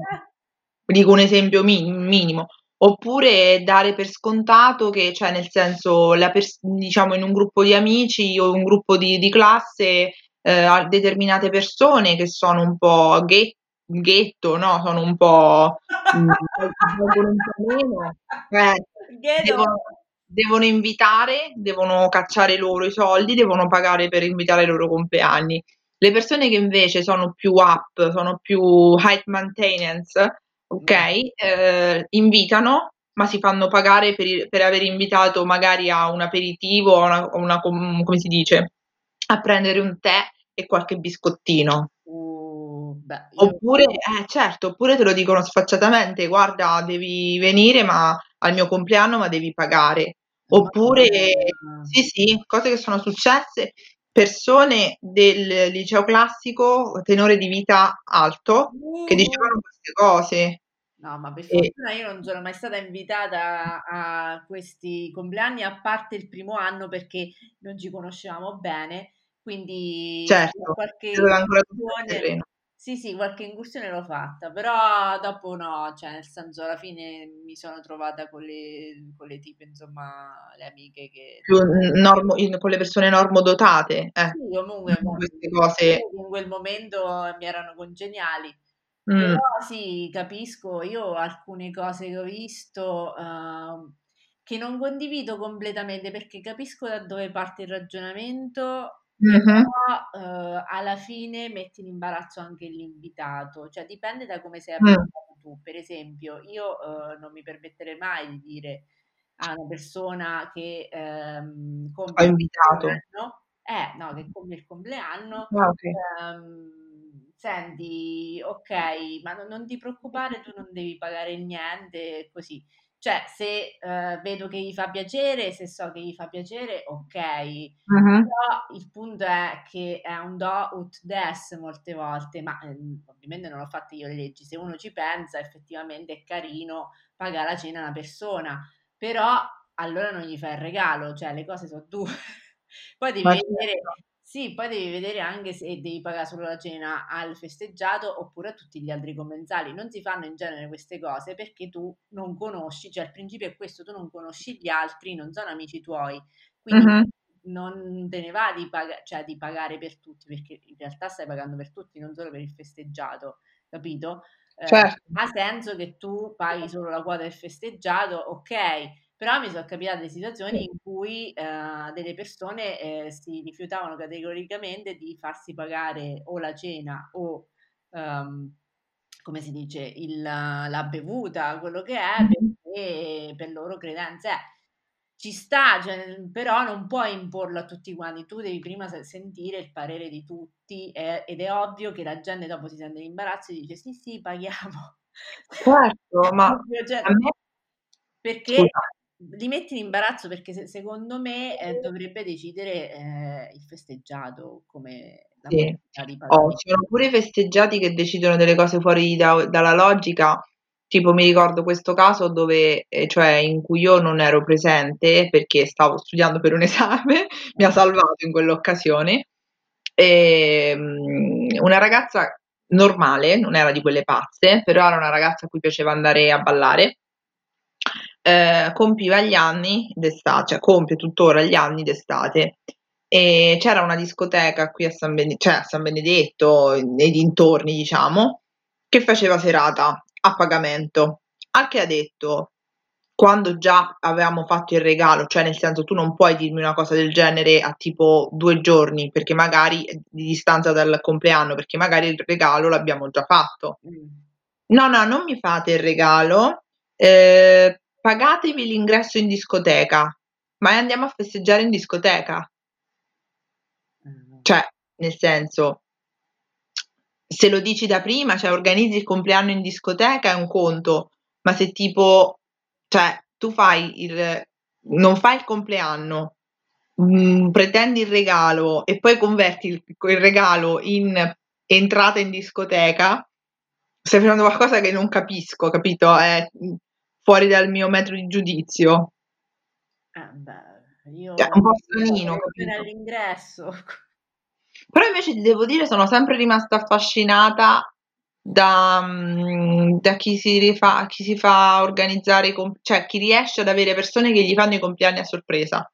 dico un esempio mi- minimo, oppure dare per scontato che, cioè nel senso, la pers- diciamo in un gruppo di amici o un gruppo di, di classe, eh, a determinate persone che sono un po' ghe- ghetto, no? Sono un po', mh, valgono un po' meno, eh, Chiedo. devono, devono invitare, devono cacciare loro i soldi, devono pagare per invitare i loro compleanni. Le persone che invece sono più up, sono più high maintenance, ok, Mm. eh, invitano, ma si fanno pagare per, il- per aver invitato magari a un aperitivo, a una, a una com- come si dice, a prendere un tè e qualche biscottino. Uh, beh, io... Oppure, eh, certo, oppure te lo dicono sfacciatamente, guarda, devi venire ma al mio compleanno, ma devi pagare. Oppure, Madonna. sì, sì, cose che sono successe, persone del liceo classico, tenore di vita alto, che Uh. dicevano queste cose. No, ma per E, fortuna io non sono mai stata invitata a, a questi compleanni, a parte il primo anno perché non ci conoscevamo bene, quindi certo, qualche aveva ancora tutto il incursione, terreno. sì, sì, qualche incursione l'ho fatta, però dopo no, cioè nel senso alla fine mi sono trovata con le, con le tipe, insomma, le amiche che Più n- normo- in- con le persone normodotate, eh, sì, comunque queste cose. in quel momento mi erano congeniali. Però Mm, sì, capisco, io alcune cose che ho visto ehm, che non condivido completamente perché capisco da dove parte il ragionamento, però mhm, eh, alla fine metti in imbarazzo anche l'invitato, cioè dipende da come sei mm. abituato tu. Per esempio, io eh, non mi permetterei mai di dire a una persona che ehm, Ho compie il invitato. compleanno, eh no, che compie il compleanno. Ah, ok. Ehm, senti, ok, ma non, non ti preoccupare, tu non devi pagare niente, così. Cioè, se eh, vedo che gli fa piacere, se so che gli fa piacere, ok. Mhm. Però il punto è che è un do ut des molte volte, ma ehm, ovviamente non ho fatto io le leggi. Se uno ci pensa, effettivamente è carino pagare la cena a una persona, però allora non gli fai il regalo, cioè le cose sono due. Poi devi Ma vedere, certo. sì, poi devi vedere anche se devi pagare solo la cena al festeggiato oppure a tutti gli altri commensali. Non si fanno in genere queste cose perché tu non conosci, cioè il principio è questo, tu non conosci gli altri, non sono amici tuoi, quindi Mhm. non te ne va di, pag- cioè, di pagare per tutti, perché in realtà stai pagando per tutti, non solo per il festeggiato, capito? Eh, Certo. ha senso che tu paghi solo la quota del festeggiato, ok, però mi sono capitate situazioni in cui eh, delle persone eh, si rifiutavano categoricamente di farsi pagare o la cena o, ehm, come si dice, il- la bevuta, quello che è, Mhm. perché per loro credenze. Eh, ci sta, cioè, però non puoi imporlo a tutti quanti, tu devi prima se- sentire il parere di tutti e- ed è ovvio che la gente dopo si sente in imbarazzo e dice sì sì paghiamo. Certo, ma Ovvio, a cioè, me, perché scusa, li metti in imbarazzo perché se- secondo me eh, dovrebbe decidere eh, il festeggiato come la sì. modalità di Oh, ci pagamento. sono pure i festeggiati che decidono delle cose fuori da- dalla logica. Tipo, mi ricordo questo caso dove, eh, cioè, in cui io non ero presente perché stavo studiando per un esame, mi ha Eh, salvato in quell'occasione. E, mm, una ragazza normale, non era di quelle pazze, però era una ragazza a cui piaceva andare a ballare. Eh, compiva gli anni d'estate, cioè compie tuttora gli anni d'estate. e c'era una discoteca qui a San Bene cioè a San Benedetto, nei dintorni diciamo, che faceva serata a pagamento. Al che ha detto, quando già avevamo fatto il regalo, cioè nel senso tu non puoi dirmi una cosa del genere a tipo due giorni, perché magari di distanza dal compleanno, perché magari il regalo l'abbiamo già fatto. Mh. No, no, non mi fate il regalo, ehm, pagatevi l'ingresso in discoteca, ma andiamo a festeggiare in discoteca. Ah. Cioè, nel senso se lo dici da prima, cioè organizzi il compleanno in discoteca è un conto, ma se tipo cioè tu fai il non fai il compleanno, mhmm, pretendi il regalo e poi converti il quel regalo in entrata in discoteca, stai facendo qualcosa che non capisco, capito? È, mhmm, fuori dal mio metro di giudizio. Eh beh, Cioè io un po' stranino, operazione capito? all'ingresso. Però invece ti devo dire sono sempre rimasta affascinata da mhmm, da chi si rifà chi si fa organizzare i com cioè chi riesce ad avere persone che gli fanno i compleanni a sorpresa.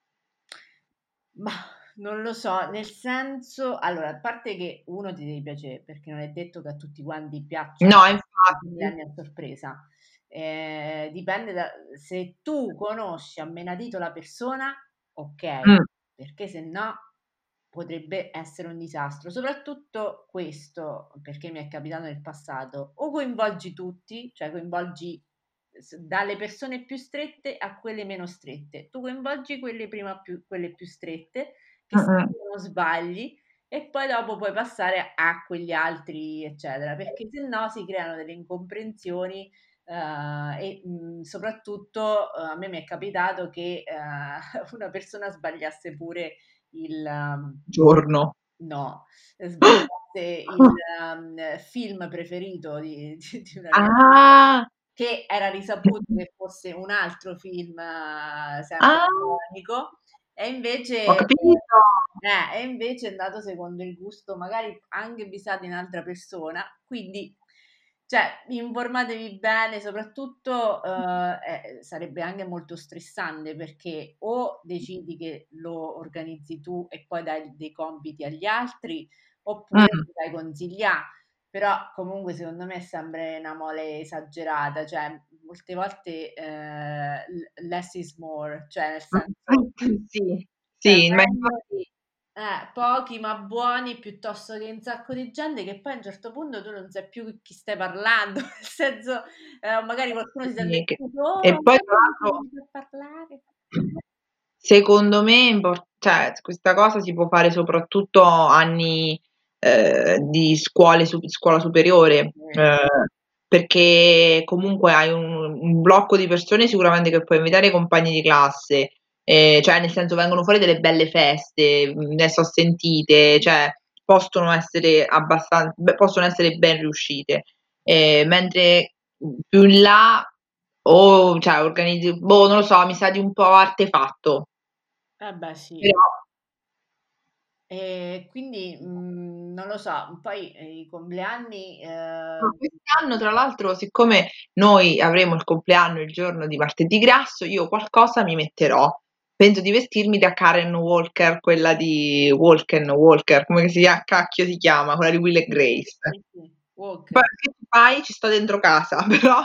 Mah, non lo so, nel senso allora, a parte che uno ti devi piacere, perché non è detto che a tutti quanti piaccia No, i infatti. compleanni a sorpresa. Ehm, dipende da se tu conosci a menadito la persona, okay, Mh. perché se no potrebbe essere un disastro. Soprattutto questo, perché mi è capitato nel passato, o coinvolgi tutti, cioè coinvolgi s dalle persone più strette a quelle meno strette. Tu coinvolgi quelle prima più quelle più strette, che se Mh-mh. tu non sbagli e poi dopo puoi passare a quegli altri, eccetera, perché se no si creano delle incomprensioni, uhm, e, mhmm, soprattutto, uhm, a me mi è capitato che, uhm, una persona sbagliasse pure il mhmm, Giorno. no, sbagliasse il, mhmm, film preferito di di di una mia amica, Ah! che era risaputo che fosse un altro film sempre Ah! iconico e Ho invece capito. eh, e invece è andato secondo il gusto magari anche avvisati un'altra persona, quindi cioè informatevi bene, soprattutto, uhm, eh, sarebbe anche molto stressante perché o decidi che lo organizzi tu e poi dai dei compiti agli altri, oppure Mh. ti fai consiglià. Però comunque secondo me è sempre una mole esagerata, cioè molte volte, ehm, l less is more, cioè nel senso Sì, cioè sì, ma meglio infatti eh, pochi ma buoni piuttosto che un sacco di gente che poi a un certo punto tu non sai più con chi stai parlando, nel senso, ehm, magari qualcuno si sente sì, che escluso: "Oh, e ma poi sai tra che mi sono l'altro venuta a parlare?" secondo me è impor cioè questa cosa si può fare soprattutto anni, ehm, di scuole su scuola superiore, Eh. ehm, perché comunque hai un un blocco di persone sicuramente che puoi invitare i compagni di classe, ehm, cioè nel senso vengono fuori delle belle feste, mhmm, ne so sentite, cioè possono essere abbastan beh, possono essere ben riuscite. Ehm, mentre, mhmm, più in là o cioè organizzi boh, non lo so, mi sa di un po' artefatto. Eh beh sì. Però E quindi, mhmm, non lo so, poi, ehm, i compleanni, ma ehm quest'anno tra l'altro, siccome noi avremo il compleanno il giorno di Martedì Grasso, io qualcosa mi metterò. Penso di vestirmi da Karen Walker, quella di Walken Walker, come si chia cacchio si chiama, quella di Will e sì, sì, Grace. sì, sì, Poi Walker. che ti fai? Ci sto dentro casa, però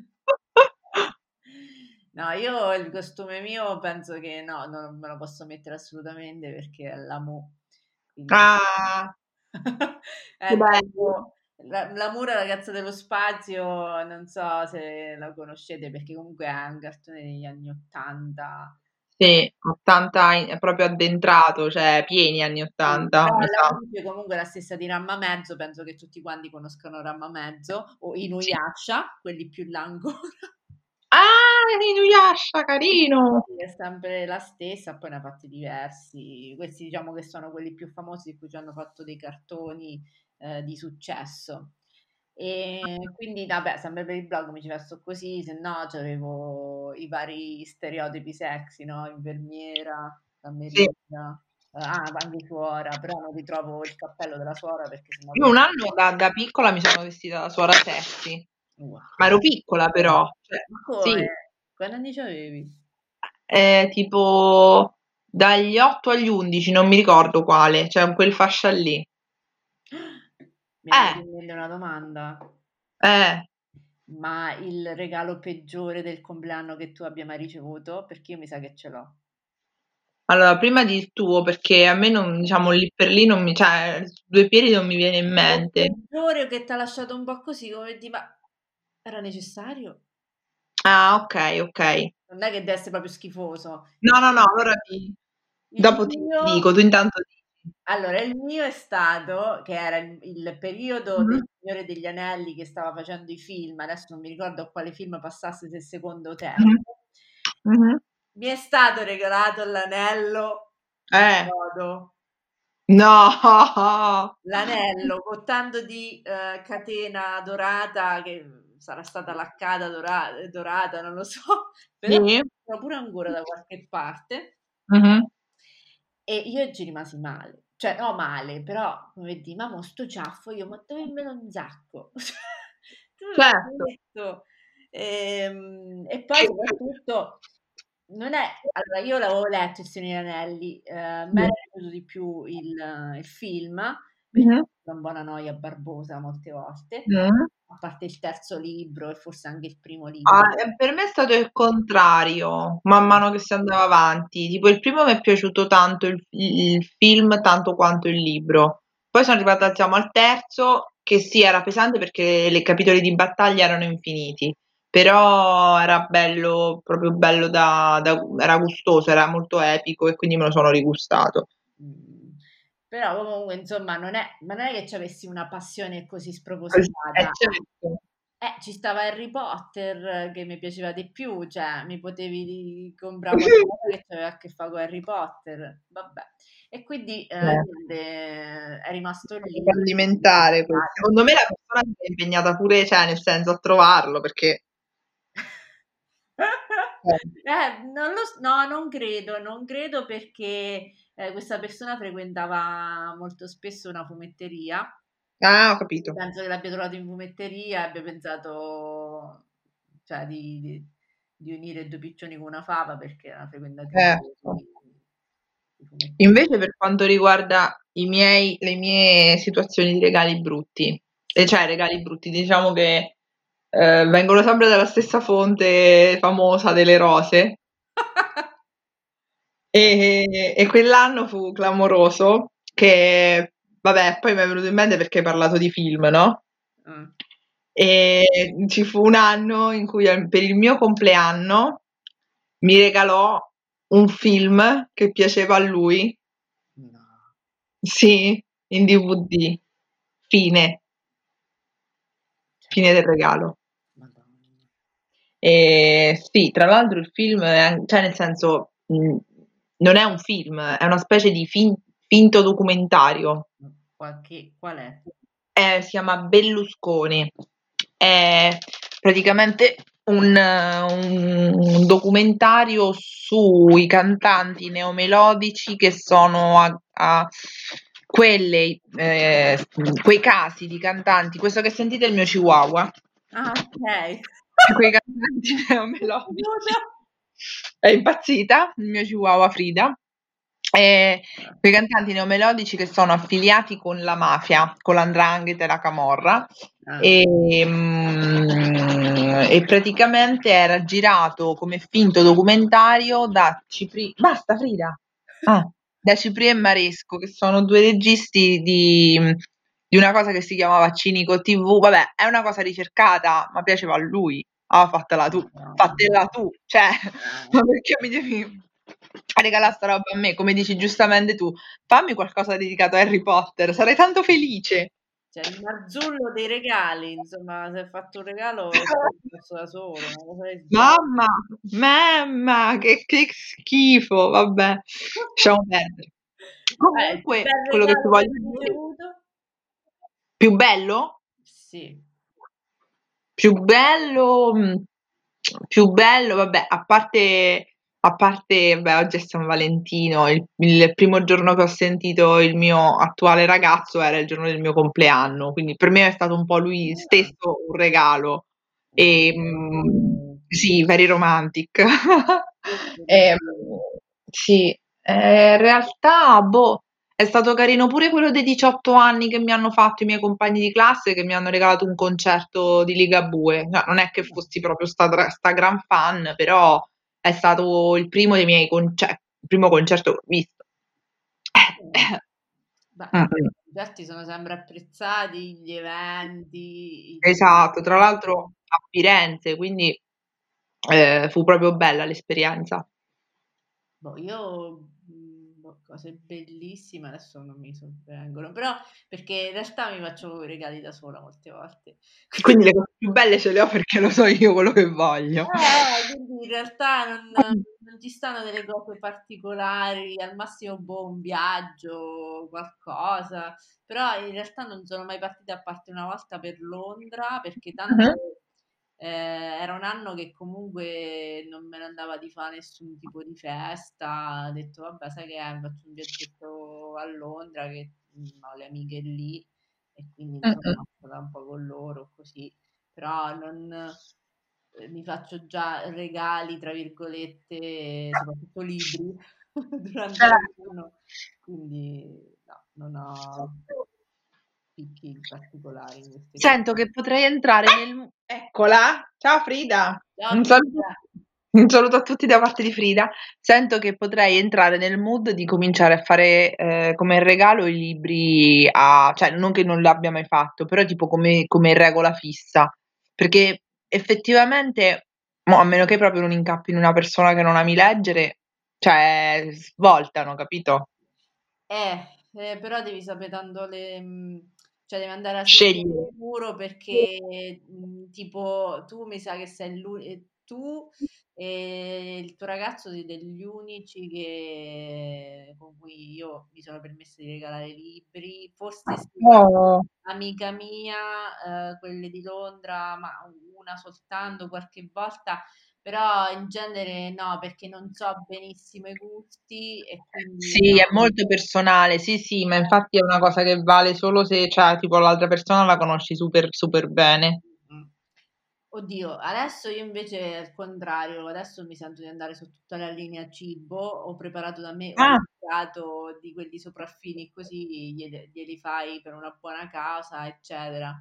No, io il costume mio penso che no, non me lo posso mettere assolutamente perché è l'Amu, quindi Ah, che è bello. proprio la l'Amu, la ragazza dello spazio, non so se la conoscete perché comunque è un cartone degli anni 'ottanta. Sì, ottanta in è proprio addentrato, cioè pieni anni Sì, 'ottanta, però mi la sa. voce comunque è la stessa di Ramma Mezzo, penso che tutti quanti conoscano Ramma Mezzo o Sì. Inuyasha, quelli più là ancora. Ah, Inuyasha, carino. Sì, è sempre la stessa, poi ne ha fatti diversi. Questi diciamo che sono quelli più famosi di cui ci hanno fatto dei cartoni, ehm, di successo. E quindi vabbè, sempre per il blog mi ci vesto così, se no c'avevo i vari stereotipi sexy, no, infermiera, Sì. cameriera, ehm, ah, anche suora, però non ritrovo il cappello della suora perché sennò Io poi un anno da da piccola mi sono vestita da suora sexy, ma ero piccola wow. però, cioè Ma come? sì, Quanti anni c'avevi? ehm, tipo Dagli otto agli undici, non mi ricordo quale, cioè quel fascia lì. Mi viene Eh, in mente una domanda. eh. Ma il regalo peggiore del compleanno che tu abbia mai ricevuto? Perché io mi sa che ce l'ho. Allora, prima di il tuo, perché a me non, diciamo, lì per lì non mi, cioè, su due piedi non mi viene in O mente. peggiore o che t'ha lasciato un po' così, come di ma era necessario? Ah, ok, ok. Non è che deve essere proprio schifoso. No, no, no, Il allora ti, il dopo ti, ti mio dico, tu intanto dici. allora il mio è stato che era il il periodo del Mhm, Signore degli Anelli che stava facendo i film, adesso non mi ricordo a quale film passasse, se secondo o terzo. mhm, mhm. Mi è stato regalato l'anello di Eh, Frodo. no! L'anello con tanto di eh, catena dorata che sarà stata laccata dora- dorata, non lo so, però Sì? ce l'ho pure ancora da qualche parte Mhm. e io ci rimasi male. Cioè, no male, però come di, ma mo sto ciaffo, io, ma toglimi un sacco. Tu me l'hai Certo. detto. Ehm, E, poi soprattutto non è, allora io l'avevo letto Il Signore degli Anelli, eh, mi Sì. era piaciuto di più il, il film, perché Mhm. è una buona noia barbosa molte volte, Mhm. a parte il terzo libro e forse anche il primo libro. Ah, eh, per me è stato il contrario, man mano che si andava avanti. Tipo, il primo mi è piaciuto tanto il, il film, tanto quanto il libro. Poi sono arrivata, diciamo, al terzo, che sì, era pesante perché i capitoli di battaglia erano infiniti, però era bello, proprio bello da, da- era gustoso, era molto epico e quindi me lo sono rigustato. Mm. Però comunque, insomma, non è, ma non è che ci avessi una passione così Eh, eh, spropositata. certo. Eh, ci stava Harry Potter eh, che mi piaceva di più, cioè mi potevi di- comprare qualcosa che aveva a che fare con Harry Potter, vabbè. E quindi eh, Eh. niente, è rimasto lì. Fallimentare questo. Secondo me la persona si è impegnata pure, cioè, nel senso, a trovarlo, perché eh, Eh, non lo s- no, non credo, non credo perché eh, questa persona frequentava molto spesso una fumetteria. ah, ho capito. Penso che l'abbia trovato in fumetteria e abbia pensato, cioè, di, di- di unire due piccioni con una fava perché era una frequentatrice Eh, so. di, di fumetteria. Invece per quanto riguarda i miei, le mie situazioni di regali brutti, e Sì. cioè regali brutti, diciamo che eh, vengono sempre dalla stessa fonte famosa delle rose e, e quell'anno fu clamoroso che, vabbè, poi mi è venuto in mente perché hai parlato di film, no? Eh, E ci fu un anno in cui al- per il mio compleanno mi regalò un film che piaceva a lui, no, sì, in D V D. Fine, cioè, fine del regalo. Madonna. E sì, tra l'altro il film è, an- cioè nel senso, mh, non è un film, è una specie di fin- finto documentario. Qualche, qual è? Eh, si chiama Bellusconi. È praticamente un, un documentario sui cantanti neomelodici che sono a, a quelle, eh, quei casi di cantanti. Questo che sentite è il mio chihuahua. Ah, ok. Quei cantanti Aiuto. neomelodici. È impazzita, il mio chihuahua Frida. E quei cantanti neomelodici che sono affiliati con la mafia, con l'andrangheta e la camorra. Ah, E, mm, e praticamente era girato come finto documentario da Cipri... Basta, Frida! Ah, da Cipri e Maresco, che sono due registi di, di una cosa che si chiamava Cinico T V. Vabbè, è una cosa ricercata, ma piaceva a lui. Ah, fatela tu, Madonna. fatela tu, cioè, Eh, ma perché mi devi regalare sta roba a me? Come dici giustamente tu, fammi qualcosa dedicato a Harry Potter, sarei tanto felice. cioè, il Marzullo dei regali, insomma, se hai fatto un regalo te lo faccio da solo, una cosa del genere. Mamma, mamma, che, che schifo, vabbè, lasciamo perdere. Eh, il più Comunque, bel quello che ti regalo che voglio hai dire, ricevuto? più bello? Sì. Più bello, mh, più bello, vabbè, a parte, a parte, beh, oggi è San Valentino, il, il primo giorno che ho sentito il mio attuale ragazzo era il giorno del mio compleanno, quindi per me è stato un po' lui Ah, stesso un regalo. E, mh, oh, sì, very romantic. che Ehm, bellissimo. sì. Eh, in realtà, boh, è stato carino pure quello dei diciotto anni che mi hanno fatto i miei compagni di classe che mi hanno regalato un concerto di Ligabue. No, non è che fossi proprio sta, tra- sta gran fan, però è stato il primo dei miei concerti, il primo concerto che ho visto. Mm. Beh, Mm, i mm. concerti sono sempre apprezzati, gli eventi, i Esatto, tra concerti. l'altro a Firenze, quindi eh, fu proprio bella l'esperienza. Boh, io mh, boh, cose bellissime adesso non mi sovvengono, però perché in realtà mi faccio i regali da sola molte volte. Quindi le cose più belle ce le ho perché lo so io quello che voglio. Eh, quindi in realtà non, non ci stanno delle cose particolari, al massimo boh, un viaggio, qualcosa, però in realtà non sono mai partita a parte una volta per Londra perché Mhm. tanto eh, era un anno che comunque non me ne andava di fare nessun tipo di festa, ho detto vabbè sai che è, faccio un viaggetto a Londra che mm, ho le amiche lì e quindi Mm-mm. insomma sono stata un po' con loro così, però non eh, mi faccio già regali, tra virgolette, soprattutto libri durante Certo. l'anno, quindi no, non ho picchi particolari in queste cose. Sento che potrei entrare nel... Eccola! Ciao Frida! Ciao Un saluto, Frida! un saluto a tutti da parte di Frida. Sento che potrei entrare nel mood di cominciare a fare eh, come regalo i libri a... cioè non che non l'abbia mai fatto, però tipo come, come regola fissa. Perché effettivamente, mo, a meno che proprio non incappi in una persona che non ami leggere, cioè svoltano, capito? Eh, eh, però devi sapere tanto le... mh, cioè devi andare a Scegli. sicuro perché mh, tipo tu mi sa che sei l'unico... Tu e il tuo ragazzo siete gli unici che, con cui io mi sono permessa di regalare libri, forse sì, qualche Oh. amica mia, eh, quelle di Londra, ma una soltanto qualche volta, però in genere no, perché non so benissimo i gusti e quindi Sì, no. è molto personale, sì, sì, ma infatti è una cosa che vale solo se, cioè, tipo, l'altra persona la conosci super, super bene. Mm. Oddio, adesso io invece al contrario, adesso mi sento di andare su tutta la linea cibo, ho preparato da me un Ah, piatto di quelli sopraffini così glieli, glieli fai per una buona causa, eccetera.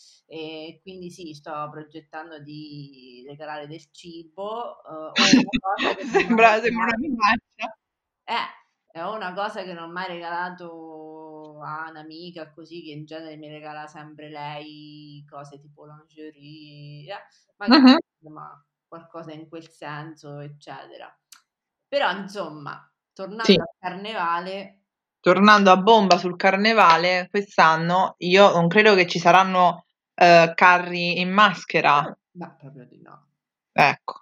E quindi sì, sto progettando di regalare del cibo, eh, o una cosa che non mi ha sembra, sembra una regalato. minaccia. Eh, è una cosa che non ho mai regalato a un'amica così che in genere mi regala sempre lei cose tipo lingerie, eh, magari Mhm. insomma qualcosa in quel senso, eccetera. Però insomma, Sì, tornando al carnevale, tornando a bomba sul carnevale, quest'anno io non credo che ci saranno eh, carri in maschera. beh, proprio di no. Ecco.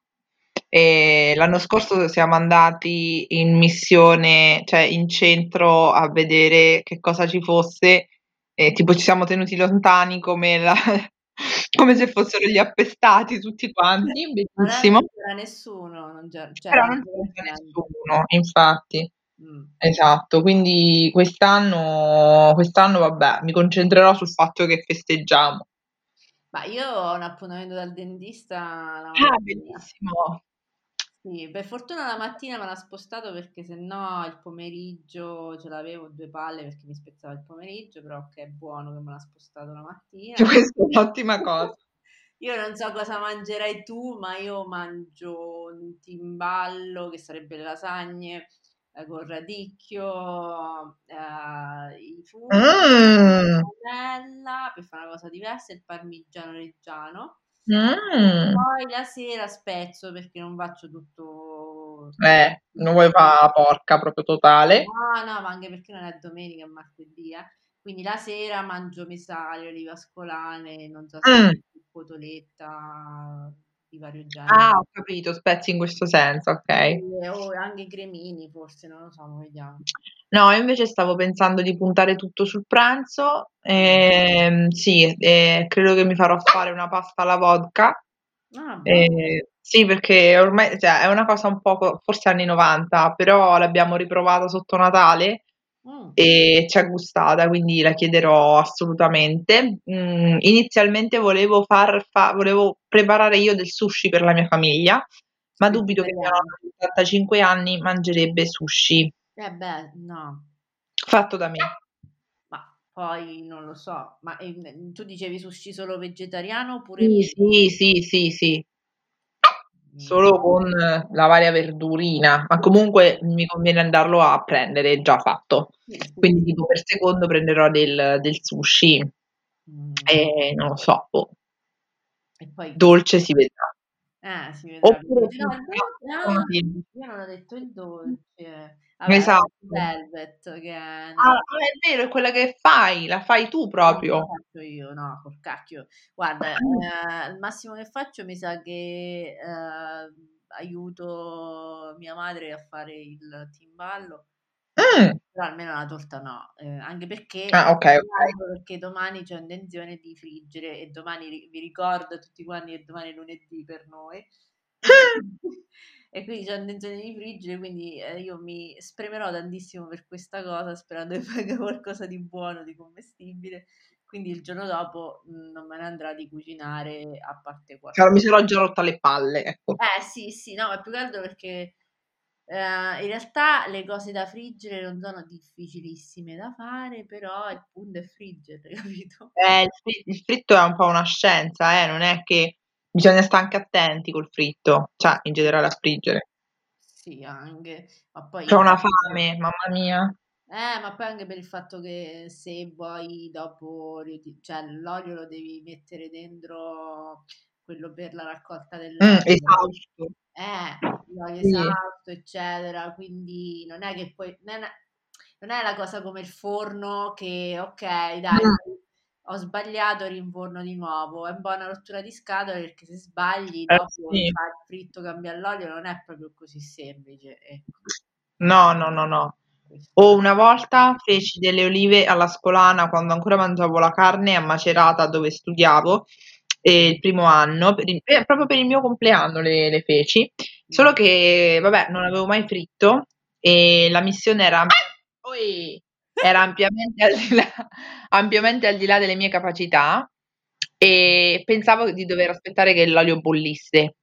E l'anno scorso siamo andati in missione, cioè in centro a vedere che cosa ci fosse, e tipo ci siamo tenuti lontani come, la- come se fossero gli appestati tutti quanti, Ma là non bellissimo. c'era nessuno, non c'era, Però c'era non solo c'è gente. nessuno, infatti. Mm. Esatto, quindi quest'anno, quest'anno vabbè, mi concentrerò sul fatto che festeggiamo. Ma io ho un appuntamento dal dentista la Ah, mattina. bellissimo. Sì, per fortuna la mattina me l'ha spostato perché se no il pomeriggio ce l'avevo due palle perché mi spezzava il pomeriggio, però che è buono che me l'ha spostato la mattina. Questa è un'ottima cosa. Io non so cosa mangerai tu, ma io mangio un timballo, che sarebbe le lasagne, eh, con radicchio, eh, i funghi, Mm, la cannella, per fare una cosa diversa, il parmigiano reggiano. E mm. poi la sera spezzo perché non faccio tutto, Eh, non tutto. vuoi fare porca proprio totale. No, no, ma anche perché non è domenica, è martedì, eh. Quindi la sera mangio misario, olive ascolane, non so se Mm. cotoletta di vario genere. Ah, ho capito, spezzi in questo senso, ok. E- o anche cremini, forse, non lo so, ma vediamo. No, io invece stavo pensando di puntare tutto sul pranzo. Ehm, sì, e credo che mi farò fare una pasta alla vodka. Ah, buono. Eh, sì, perché ormai cioè, è una cosa un po' forse anni novanta, però l'abbiamo riprovata sotto Natale Mm, e ci è gustata, quindi la chiederò assolutamente. Mm, inizialmente volevo far fa- volevo preparare io del sushi per la mia famiglia, ma dubito che mia vegetariano. nonna di ottantacinque anni mangerebbe sushi. Eh beh, no. Fatto da me. Ma poi non lo so, ma ehm, tu dicevi sushi solo vegetariano oppure Sì, vegano? sì, sì, sì, sì. Mm. Solo con la varia verdurina, ma comunque mi conviene andarlo a prendere già fatto. Sì, sì, Quindi sì. tipo per secondo prenderò del del sushi Mm. e non lo so, boh, E poi chissà. dolce si vedrà. Eh, si vedrà il Oppure dolce. No, il pizza, dolce, sono ah, team. io non ho detto il dolce. Vabbè, la Red Esatto. Velvet, che è Ah, una. ah, è vero, è quella che fai, la fai tu No, non la proprio. faccio io, no, col cacchio. Guarda, eh, il massimo che faccio mi sa che eh, aiuto mia madre a fare il timballo, eh, Mh. però almeno la torta no, eh, anche perché, Ah, okay, okay. perché domani c'ho intenzione di friggere e domani ri- vi ricordo a tutti quanti che domani è lunedì per noi e quindi, e quindi c'ho intenzione di friggere, quindi eh, io mi spremerò tantissimo per questa cosa sperando che venga qualcosa di buono, di commestibile. Quindi il giorno dopo mh, non me ne andrà di cucinare a parte Cioè, qualcosa. mi sarò già rotta le palle, ecco. Eh sì, sì, no, ma più che altro perché eh, in realtà le cose da friggere non sono difficilissime da fare, però il punto è friggerle, capito? Eh, il fri il fritto è un po' una scienza, eh, non è che bisogna sta anche attenti col fritto, cioè in generale a friggere. Sì, anche, ma poi C'ho il una fatto. fame, mamma mia. Eh, ma poi anche per il fatto che se vuoi dopo, riuti- cioè l'olio lo devi mettere dentro quello per la raccolta Mh, dell'olio, esausto. eh, l'olio Sì. esausto, eccetera, quindi non è che poi, non è, non è la cosa come il forno che, ok, dai, Mh, ho sbagliato, rinforno di nuovo, è un po' una rottura di scatole perché se sbagli eh dopo sì. fare il fritto, cambia l'olio, non è proprio così semplice, ecco, No, no, no, no. questo O è. una volta feci delle olive alla scolana quando ancora mangiavo la carne a Macerata dove studiavo, e il primo anno, per il- eh, proprio per il mio compleanno le, le feci, solo Mm. che, vabbè, non avevo mai fritto e la missione era, ampia- Oi! Era ampiamente al di là, ampiamente al di là delle mie capacità e pensavo di dover aspettare che l'olio bollisse.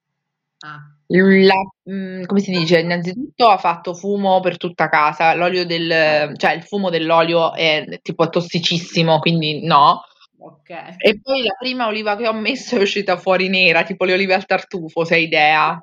Ah. La mhmm, come si dice, innanzitutto ha fatto fumo per tutta casa, l'olio del cioè il fumo dell'olio è tipo tossicissimo, quindi no. Okay. E poi la prima oliva che ho messo è uscita fuori nera, tipo le olive al tartufo, se hai idea.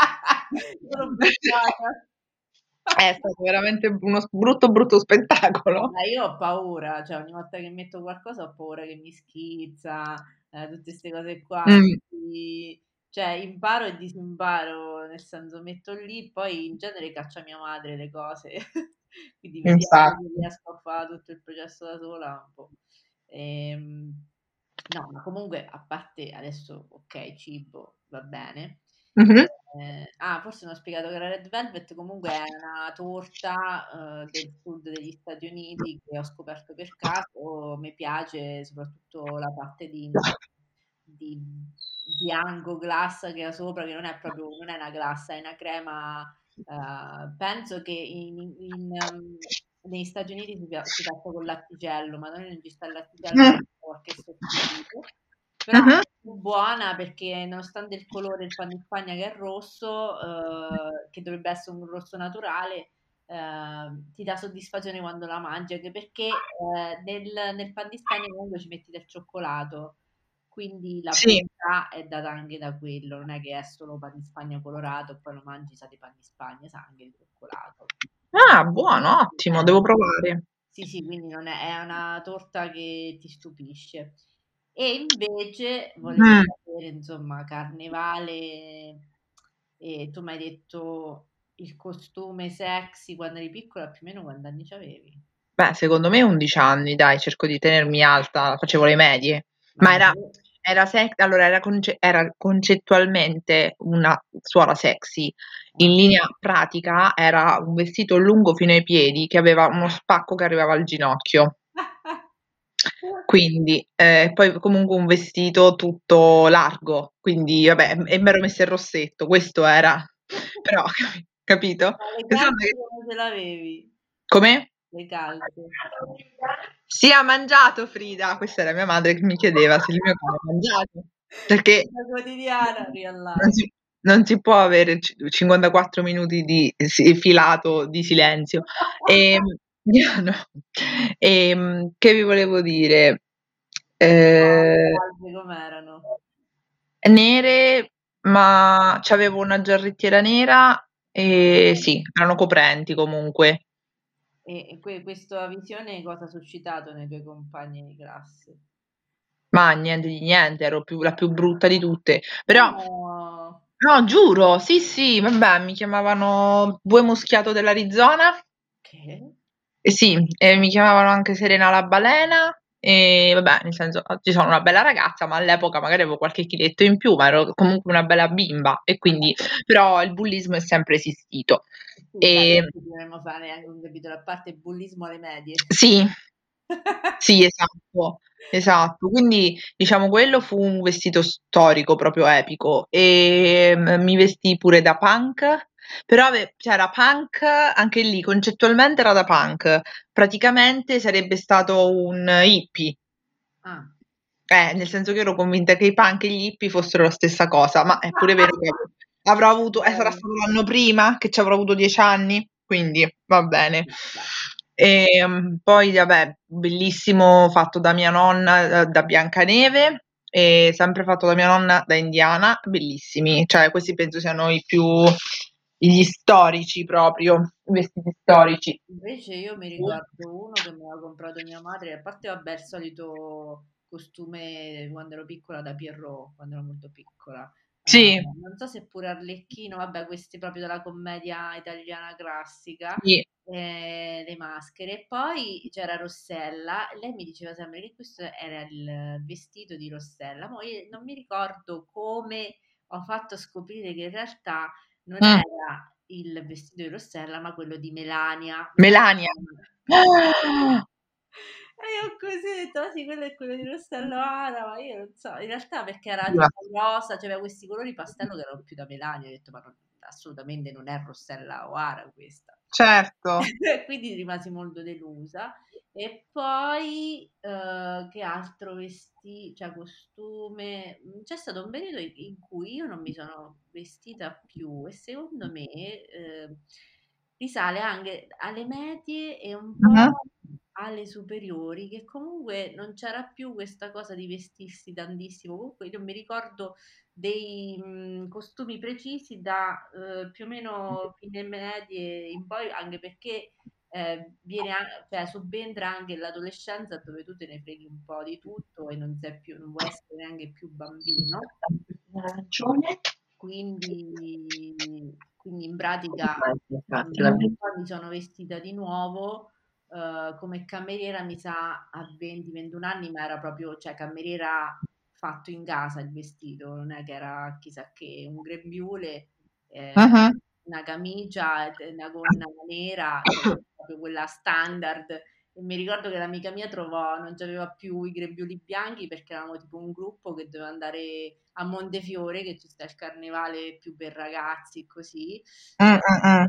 Sono bruciata. È stato veramente uno s brutto, brutto spettacolo. Vabbè, io ho paura, cioè ogni volta che metto qualcosa ho paura che mi schizza, ehm, tutte 'ste cose qua, Mh, quindi cioè imparo e disimparo, nel senso metto lì, poi in genere caccia mia madre le cose, quindi vediamo se infatti. riesco a fa' tutto il processo da sola un po'. Ehm, no, ma comunque a parte adesso okay, cibo, va bene. Mh-mh. Ehm, ah, forse non ho spiegato che la Red Velvet comunque è una torta, uhm, del sud degli Stati Uniti che ho scoperto per caso. Mi piace soprattutto la parte di di bianco glassa che ha sopra, che non è proprio non è una glassa, è una crema, uhm, penso che in in mhmm, negli Stati Uniti si fa si faccia col latticello, ma da noi non ci sta il latticello, Mh. c'è qualche sostituto. Però Mh-mh. è buona perché nonostante il colore del pan di Spagna che è rosso, eh, che dovrebbe essere un rosso naturale, eh, ti dà soddisfazione quando la mangi, anche perché eh, nel, nel pan di Spagna comunque ci metti del cioccolato, quindi la Sì. bontà è data anche da quello, non è che è solo pan di Spagna colorato e poi lo mangi, sa di pan di Spagna, sa anche di cioccolato. Ah, buono, ottimo, Eh, devo provare. sì, sì, quindi non è, è una torta che ti stupisce. E invece volevo Mh. sapere, insomma, carnevale, e tu mi hai detto il costume sexy quando eri piccola, più o meno quanti anni c'avevi? Beh, secondo me undici anni, dai, cerco di tenermi alta, facevo le medie. Ma Ma era io- era se allora era conce era concettualmente una suora sexy. In ah. linea pratica era un vestito lungo fino ai piedi che aveva uno spacco che arrivava al ginocchio. Quindi, ehm, poi comunque un vestito tutto largo, quindi vabbè, e m'ero messa il rossetto, questo era. Però capi capito? Ma le Pensando calze che come ce l'avevi? come? Le calze. Sì, ha mangiato Frida, questa era mia madre che mi chiedeva se il mio cane ha mangiato, perché Vita quotidiana, non real si life. non si può avere c cinquantaquattro minuti di si filato di silenzio. Ehm, no. Ehm, che vi volevo dire? No, le Ehm calze com'erano? Nere, ma c'avevo una giarrettiera nera e sì, erano coprenti comunque. E e que questa visione cosa ha suscitato nei tuoi compagni di classe? Ma niente di niente, ero più la più brutta di tutte. Però No! no, giuro, sì, sì, vabbè, mi chiamavano Bue Muschiato dell'Arizona. Che? Eh sì, e mi chiamavano anche Serena la balena e vabbè, nel senso, oggi sono una bella ragazza, ma all'epoca magari avevo qualche chiletto in più, ma ero comunque una bella bimba e quindi però il bullismo è sempre esistito. Sì, beh, Ehm questo dovremmo fare anche un capitolo a parte bullismo alle medie. Sì. Sì, esatto, esatto. Quindi diciamo quello fu un vestito storico proprio epico. Ehm, mi vestii pure da punk, però ave cioè era punk anche lì concettualmente era da punk. Praticamente sarebbe stato un hippie. Ah. Eh, nel senso che ero convinta che i punk e gli hippie fossero la stessa cosa, ma è pure vero che avrò avuto eh, sarà stato l'anno prima che ci avrò avuto dieci anni, quindi va bene. Ci sta. Ehm, poi vabbè, bellissimo fatto da mia nonna, uhm, da Biancaneve e sempre fatto da mia nonna da indiana, bellissimi. Cioè questi penso siano i più gli storici proprio, i vestiti storici. Invece io mi ricordo uno che mi aveva comprato mia madre, a parte vabbè il solito costume quando ero piccola da Pierrot, quando ero molto piccola. Sì, Uh, non so se pure Arlecchino, vabbè, questi proprio della commedia italiana classica, sì. eh, le maschere. E poi c'era Rossella, e lei mi diceva sempre che questo era il vestito di Rossella. Ma io non mi ricordo come ho fatto a scoprire che in realtà non Mh. era il vestito di Rossella, ma quello di Melania. Melania. E io così ho detto, ah sì, quello è quello di Rossella Ara, ma io non so, in realtà perché era Oddio. tipo rosa, c'aveva questi colori pastello che erano più da Melania, ho detto, ma non- assolutamente non è Rossella O'Hara questa. Certo. Quindi rimasi molto delusa. E poi eh, che altro vestì, cioè costume? Mm, C'è stato un periodo in in cui io non mi sono vestita più e secondo me eh, risale anche alle medie e un Mh-mh. po' alle superiori, che comunque non c'era più questa cosa di vestirsi tantissimo. Comunque io mi ricordo dei mh, costumi precisi da eh, più o meno fine medie in poi, anche perché eh, viene a- cioè, subentra anche l'adolescenza dove tu te ne freghi un po' di tutto e non sei più, non vuoi essere neanche più bambino. Ha ragione. Quindi, quindi in pratica mh, Infatti la poi mi sono vestita di nuovo eh, come cameriera, mi sa a venti ventuno anni, ma era proprio, cioè cameriera fatto in casa il vestito, non è che era chissà che un grembiule, eh, Mh-mh. una camicia, e una gonna nera, cioè proprio quella standard. E mi ricordo che l'amica mia trovò, non c'aveva più i grembiuli bianchi perché eravamo tipo un gruppo che doveva andare a Montefiore, che ci sta il carnevale più per ragazzi, così. Mh, Eh, mh, mh.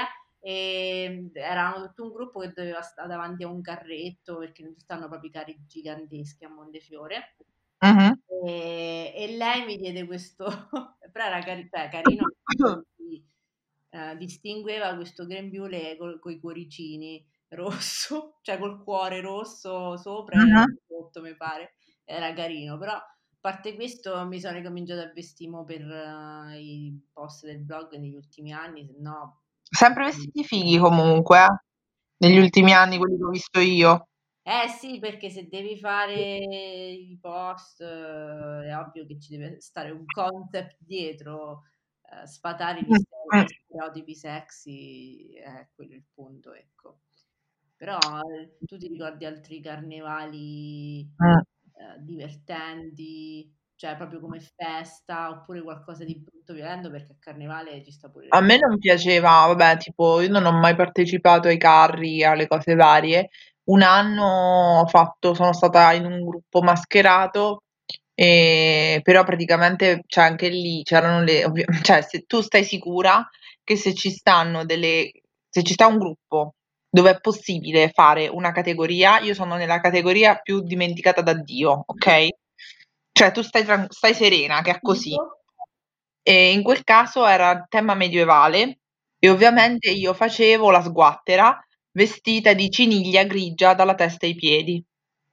e eravamo tutto un gruppo che doveva stare davanti a un carretto perché non ci stanno proprio i carri giganteschi a Montefiore. Mh-mh. E, e lei mi diede questo, però era cari- cioè, carino, si, eh, distingueva questo grembiule con i cuoricini rosso, cioè col cuore rosso sopra e Mh-mh. sotto, mi pare. Era carino, però a parte questo mi sono ricominciato a vestire mo per eh, i post del blog negli ultimi anni, se no... Sempre vestiti fighi comunque, eh, negli ultimi anni quelli che ho visto io. Eh sì, perché se devi fare i post, eh, è ovvio che ci deve stare un concept dietro, eh, sfatare gli Mh, stere- mh, gli stereotipi sexy, è quello il punto, ecco. Però eh, tu ti ricordi altri carnevali mh. eh, divertenti, cioè proprio come festa, oppure qualcosa di brutto violento, perché a carnevale ci sta pure A il... me non piaceva, vabbè, tipo io non ho mai partecipato ai carri, alle cose varie. Un anno ho fatto sono stata in un gruppo mascherato, ehm, però praticamente cioè anche lì c'erano le ovvia cioè se tu stai sicura che se ci stanno delle se ci sta un gruppo dove è possibile fare una categoria, io sono nella categoria più dimenticata da Dio, okay? Cioè tu stai tran stai serena che è così. Tipo? E in quel caso era tema medievale e ovviamente io facevo la sguattera vestita di ciniglia grigia dalla testa ai piedi.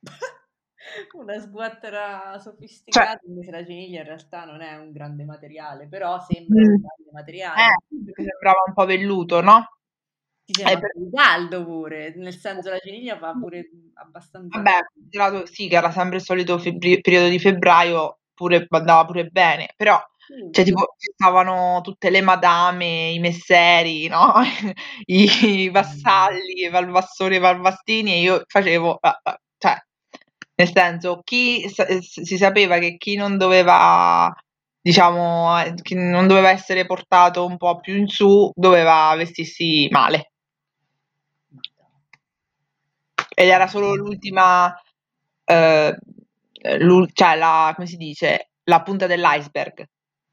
Una sguattera Cioè sofisticata, invece la ciniglia in realtà non è un grande materiale, però sembra un Mh. grande materiale. Eh, perché sembrava un po' velluto, no? Ti sei E per morta di caldo pure, nel senso la ciniglia fa pure, mhmm, abbastanza Vabbè, considerato sì, che era sempre il solito febbri periodo di febbraio, pure andava pure bene, però cioè Subito. tipo ci stavano tutte le madame, i messeri, no, i Mh. vassalli, i valvassori e valvastini e io facevo a a cioè, nel senso, chi s ehm, s si sapeva che chi non doveva diciamo, ehm, chi non doveva essere portato un po' più in su, doveva vestirsi male. Madò. Ed era solo l'ultima uhm, l'ul cioè la come si dice, la punta dell'iceberg.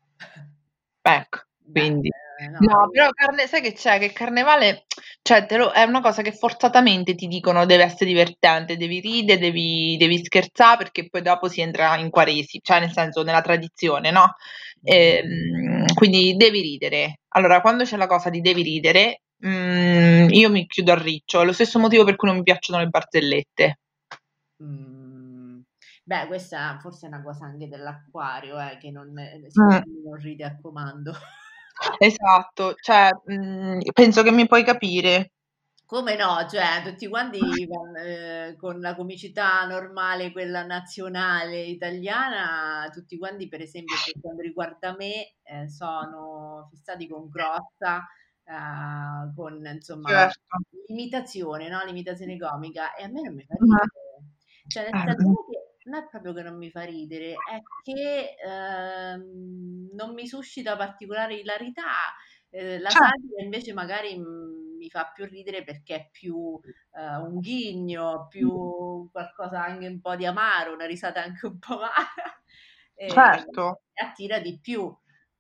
Ecco, Beh, quindi ehm, no, no, io però carne sai che c'è, che carnevale cioè te lo è una cosa che forzatamente ti dicono deve essere divertente, devi ride, devi devi scherzà, perché poi dopo si entra in quaresi cioè nel senso nella tradizione, no, Mh. ehm, quindi devi ridere. Allora quando c'è la cosa di devi ridere, mhmm, io mi chiudo a riccio. È lo stesso motivo per cui non mi piacciono le barzellette. Mhmm, beh questa forse è una cosa anche dell'acquario eh, che non ehm, Mh. siccome lui non ride a comando. Esatto, cioè, mhmm, penso che mi puoi capire. Come no, cioè tutti quanti con ehm, con la comicità normale, quella nazionale italiana, tutti quanti per esempio per quanto riguarda me, ehm, sono fissati con Crozza, ehm, con insomma Certo. l'imitazione, no, l'imitazione comica e a me non mi fa Mh-mh. ridere. Cioè nel Eh, senso mh. non è che non è proprio che non mi fa ridere, è che, ehm, non mi suscita particolare ilarità. Ehm, la Cer satira invece magari, mhmm, mi fa più ridere perché è più, ehm, un ghigno, più qualcosa anche un po' di amaro, una risata anche un po' amara, ehm, Certo. e attira di più.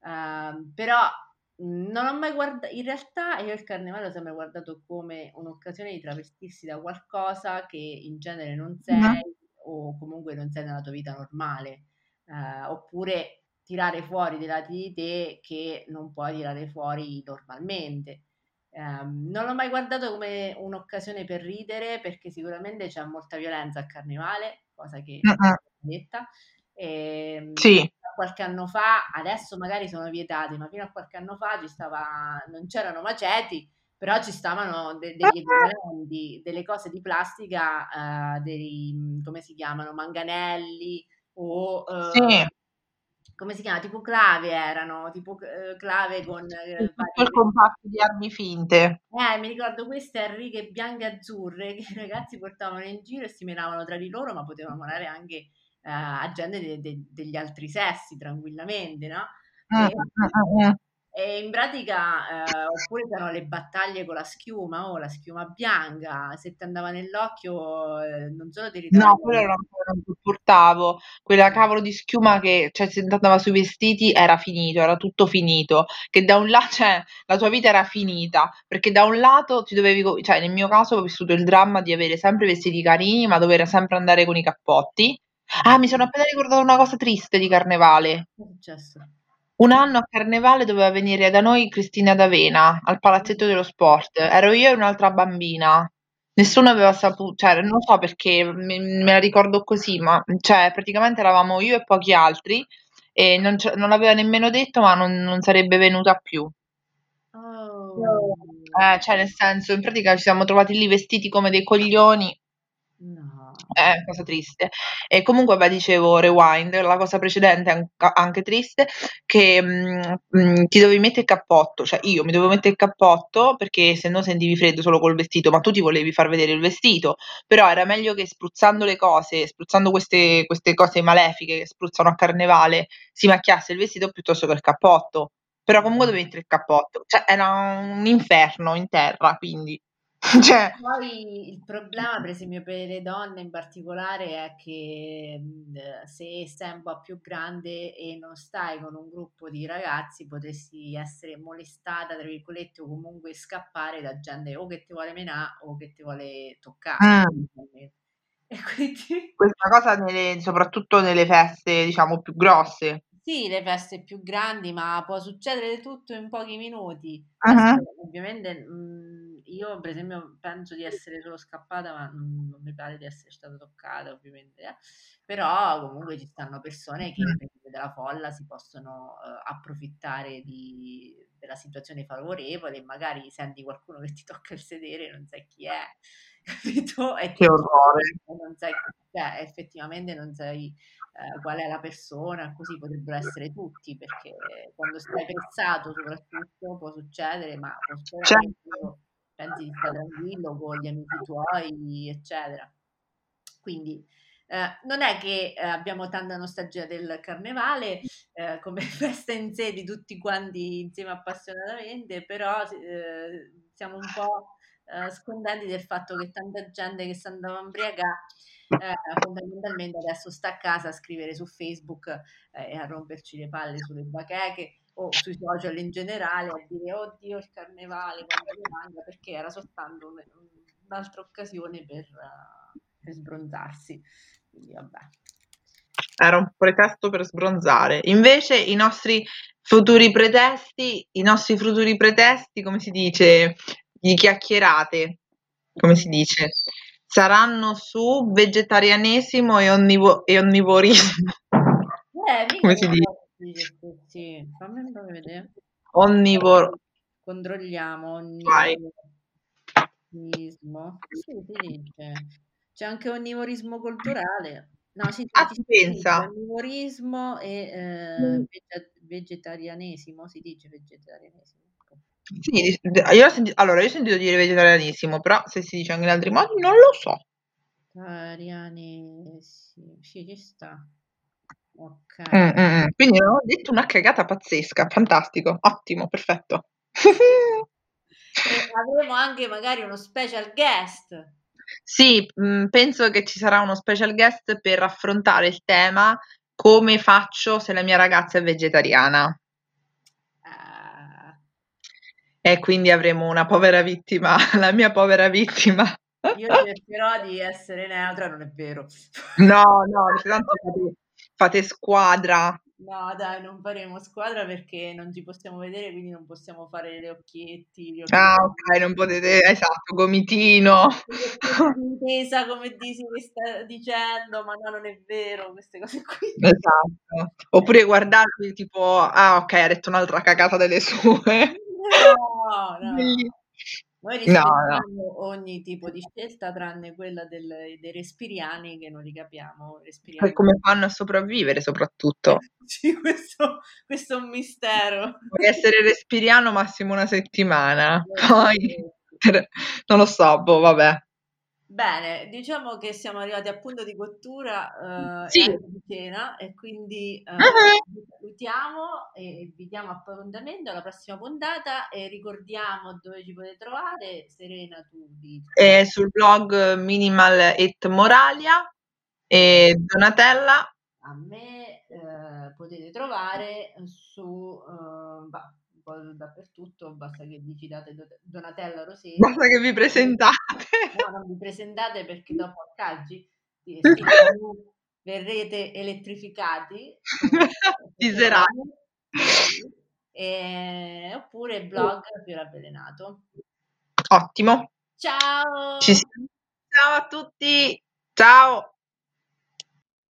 Ehm, però, mhmm, non ho mai guarda in realtà io il carnevale l'ho sempre guardato come un'occasione di travestirsi da qualcosa che in genere non Mh-mh. sei o comunque non sei nella tua vita normale, ehm, oppure tirare fuori dei lati di te che non puoi tirare fuori normalmente. Ehm, non l'ho mai guardato come un'occasione per ridere, perché sicuramente c'è molta violenza al carnevale, cosa che non Mh-mh. va detta. Ehm, fino Sì. a qualche anno fa, adesso magari sono vietati, ma fino a qualche anno fa ci stava non c'erano maceti, però ci stavano de degli equipaggi, delle cose di plastica, ehm, dei mhmm, come si chiamano, manganelli o, uhm, Sì. come si chiama, tipo clave erano, tipo c uhm, clave con, Sì, ehm, tutto il varie comparto di armi finte. eh, mi ricordo queste a righe bianche e azzurre che i ragazzi portavano in giro e si menavano tra di loro, ma potevano menare anche, ehm, a gente de de degli altri sessi tranquillamente, no, Mh, e mh, mh, mh. e in pratica, ehm, oppure c'erano le battaglie con la schiuma, oh, la schiuma bianca, se t'andava nell'occhio, ehm, non solo ti No, ritrovavi quello era una cosa che non sopportavo. Quella cavolo di schiuma che cioè se andava sui vestiti era finito, era tutto finito. Che da un la cioè la tua vita era finita, perché da un lato ti dovevi co cioè nel mio caso ho vissuto il dramma di avere sempre vestiti carini, ma dover sempre andare con i cappotti. Ah, Mh. mi sono appena ricordata una cosa triste di carnevale. Che è successo? Un anno a carnevale doveva venire da noi Cristina D'Avena, al Palazzetto dello Sport. Ero io e un'altra bambina. Mh. Nessuno aveva sapu cioè non lo so perché me me la ricordo così, ma, mhmm, cioè praticamente eravamo io e pochi altri e non ce non l'aveva nemmeno detto, ma non non sarebbe venuta più. Oh. Eh, cioè nel senso, in pratica ci siamo trovati lì vestiti come dei coglioni. No. Eh, cosa triste. E comunque beh, dicevo rewind, la cosa precedente anc anche triste, che, mhmm, mhmm, ti dovevi mettere il cappotto, cioè io mi dovevo mettere il cappotto perché se no sentivi freddo solo col vestito, ma tu ti volevi far vedere il vestito, però era meglio che spruzzando le cose, spruzzando queste queste cose malefiche che spruzzano a carnevale, si macchiasse il vestito piuttosto che il cappotto. Però comunque dovevi mettere il cappotto. Cioè era un inferno in terra, quindi cioè Poi il problema, per esempio, per le donne in particolare è che, mhmm, se sei un po' più grande e non stai con un gruppo di ragazzi, potresti essere "molestata" tra virgolette o comunque scappare da gente o che ti vuole menà o che ti vuole toccà Mh. fondamentalmente. E quindi Questa cosa nelle soprattutto nelle feste, diciamo, più grosse. Sì, le feste più grandi, ma può succedere tutto in pochi minuti. Adesso, Ah, ovviamente, mh, io per esempio penso di essere solo scappata, ma non, non mi pare di essere stata toccata, ovviamente. eh. Però comunque ci stanno persone che mm. per via della folla si possono eh, approfittare di- della situazione favorevole, e magari senti qualcuno che ti tocca il sedere, non sai chi è, capito? E Che ti orrore. chiedi, e non sai, cioè effettivamente non sai eh, qual è la persona, così potrebbero essere tutti, perché quando stai pressato soprattutto può succedere, ma può succedere anche Certo. quando pensi di stare tranquillo con gli amici tuoi, eccetera. Quindi eh, non è che eh, abbiamo tanta nostalgia del carnevale eh, come festa in sé di tutti quanti insieme appassionatamente, però eh, siamo un po' eh, scontenti del fatto che tanta gente che si andava a ubriacare eh, fondamentalmente adesso sta a casa a scrivere su Facebook eh, e a romperci le palle sulle bacheche o sui social in generale a dire oddio il carnevale quando mi manca, perché era soltanto un- un'altra occasione per, eh, per sbronzarsi. Quindi vabbè. Era un pretesto per sbronzare. Invece i nostri futuri pretesti, i nostri futuri pretesti, come si dice, di chiacchierate, come si dice, saranno su vegetarianesimo e, onnivo- e onnivorismo. Eh, mica Come lo si dice? so, dice sì, fammi un po' vedere. Onnivoro. Controlliamo Vai. onnivorismo. Sì, si dice. C'è anche onnivorismo culturale. No, sì, sì, Ah, ci tu si dice pensa? onnivorismo e eh, vege- vegetarianesimo, si dice vegetarianesimo. Sì, io ho senti- allora, io ho sentito dire vegetarianissimo, però se si dice anche in altri modi non lo so. Vegetarianesimo, sì, ci sta. Ok. Mm, mm, mm. Quindi non ho detto una cagata pazzesca, fantastico, ottimo, perfetto. E avremo anche magari uno special guest. Sì, mh, penso che ci sarà uno special guest per affrontare il tema come faccio se la mia ragazza è vegetariana. Ah, E quindi avremo una povera vittima, la mia povera vittima. io cercherò di essere neutra, non è vero. No, no, perché tanto fate, fate squadra. No, dai, non faremo squadra perché non ci possiamo vedere, quindi non possiamo fare le occhietti, gli Ah, occhietti. ok, non potete, esatto, gomitino. Gli occhietti di intesa, come dici che sta dicendo, ma no, non è vero, queste cose qui. Esatto. Eh, Oppure guardarli tipo, ah, ok, ha detto un'altra cagata delle sue. No, no. Belli- Noi No, no. rispettiamo ogni tipo di scelta tranne quella del- dei respiriani che non li capiamo. Poi Respiriani. come fanno a sopravvivere soprattutto? Sì, questo, questo è un mistero. Puoi essere respiriano massimo una settimana, poi Veramente. non lo so, boh, vabbè. Bene, diciamo che siamo arrivati a punto di cottura, eh, e Sì. anche di cena, e quindi eh, Mhm. vi salutiamo e vi diamo appuntamento alla prossima puntata e ricordiamo dove ci potete trovare. Serena, tu dici E sul blog Minimal et Moralia e Donatella. a me eh, potete trovare su eh, bah, un po' dappertutto, basta che digitate Do- Donatella Roseti. Basta che vi presentate. No, non vi presentate perché dopo a Caggi sì, sì, verrete elettrificati come Miserati. fenomeno, sì. E- oppure blog Fiore Avvelenato. Ottimo. Ci Ciao! siamo. Ciao a tutti. Ciao.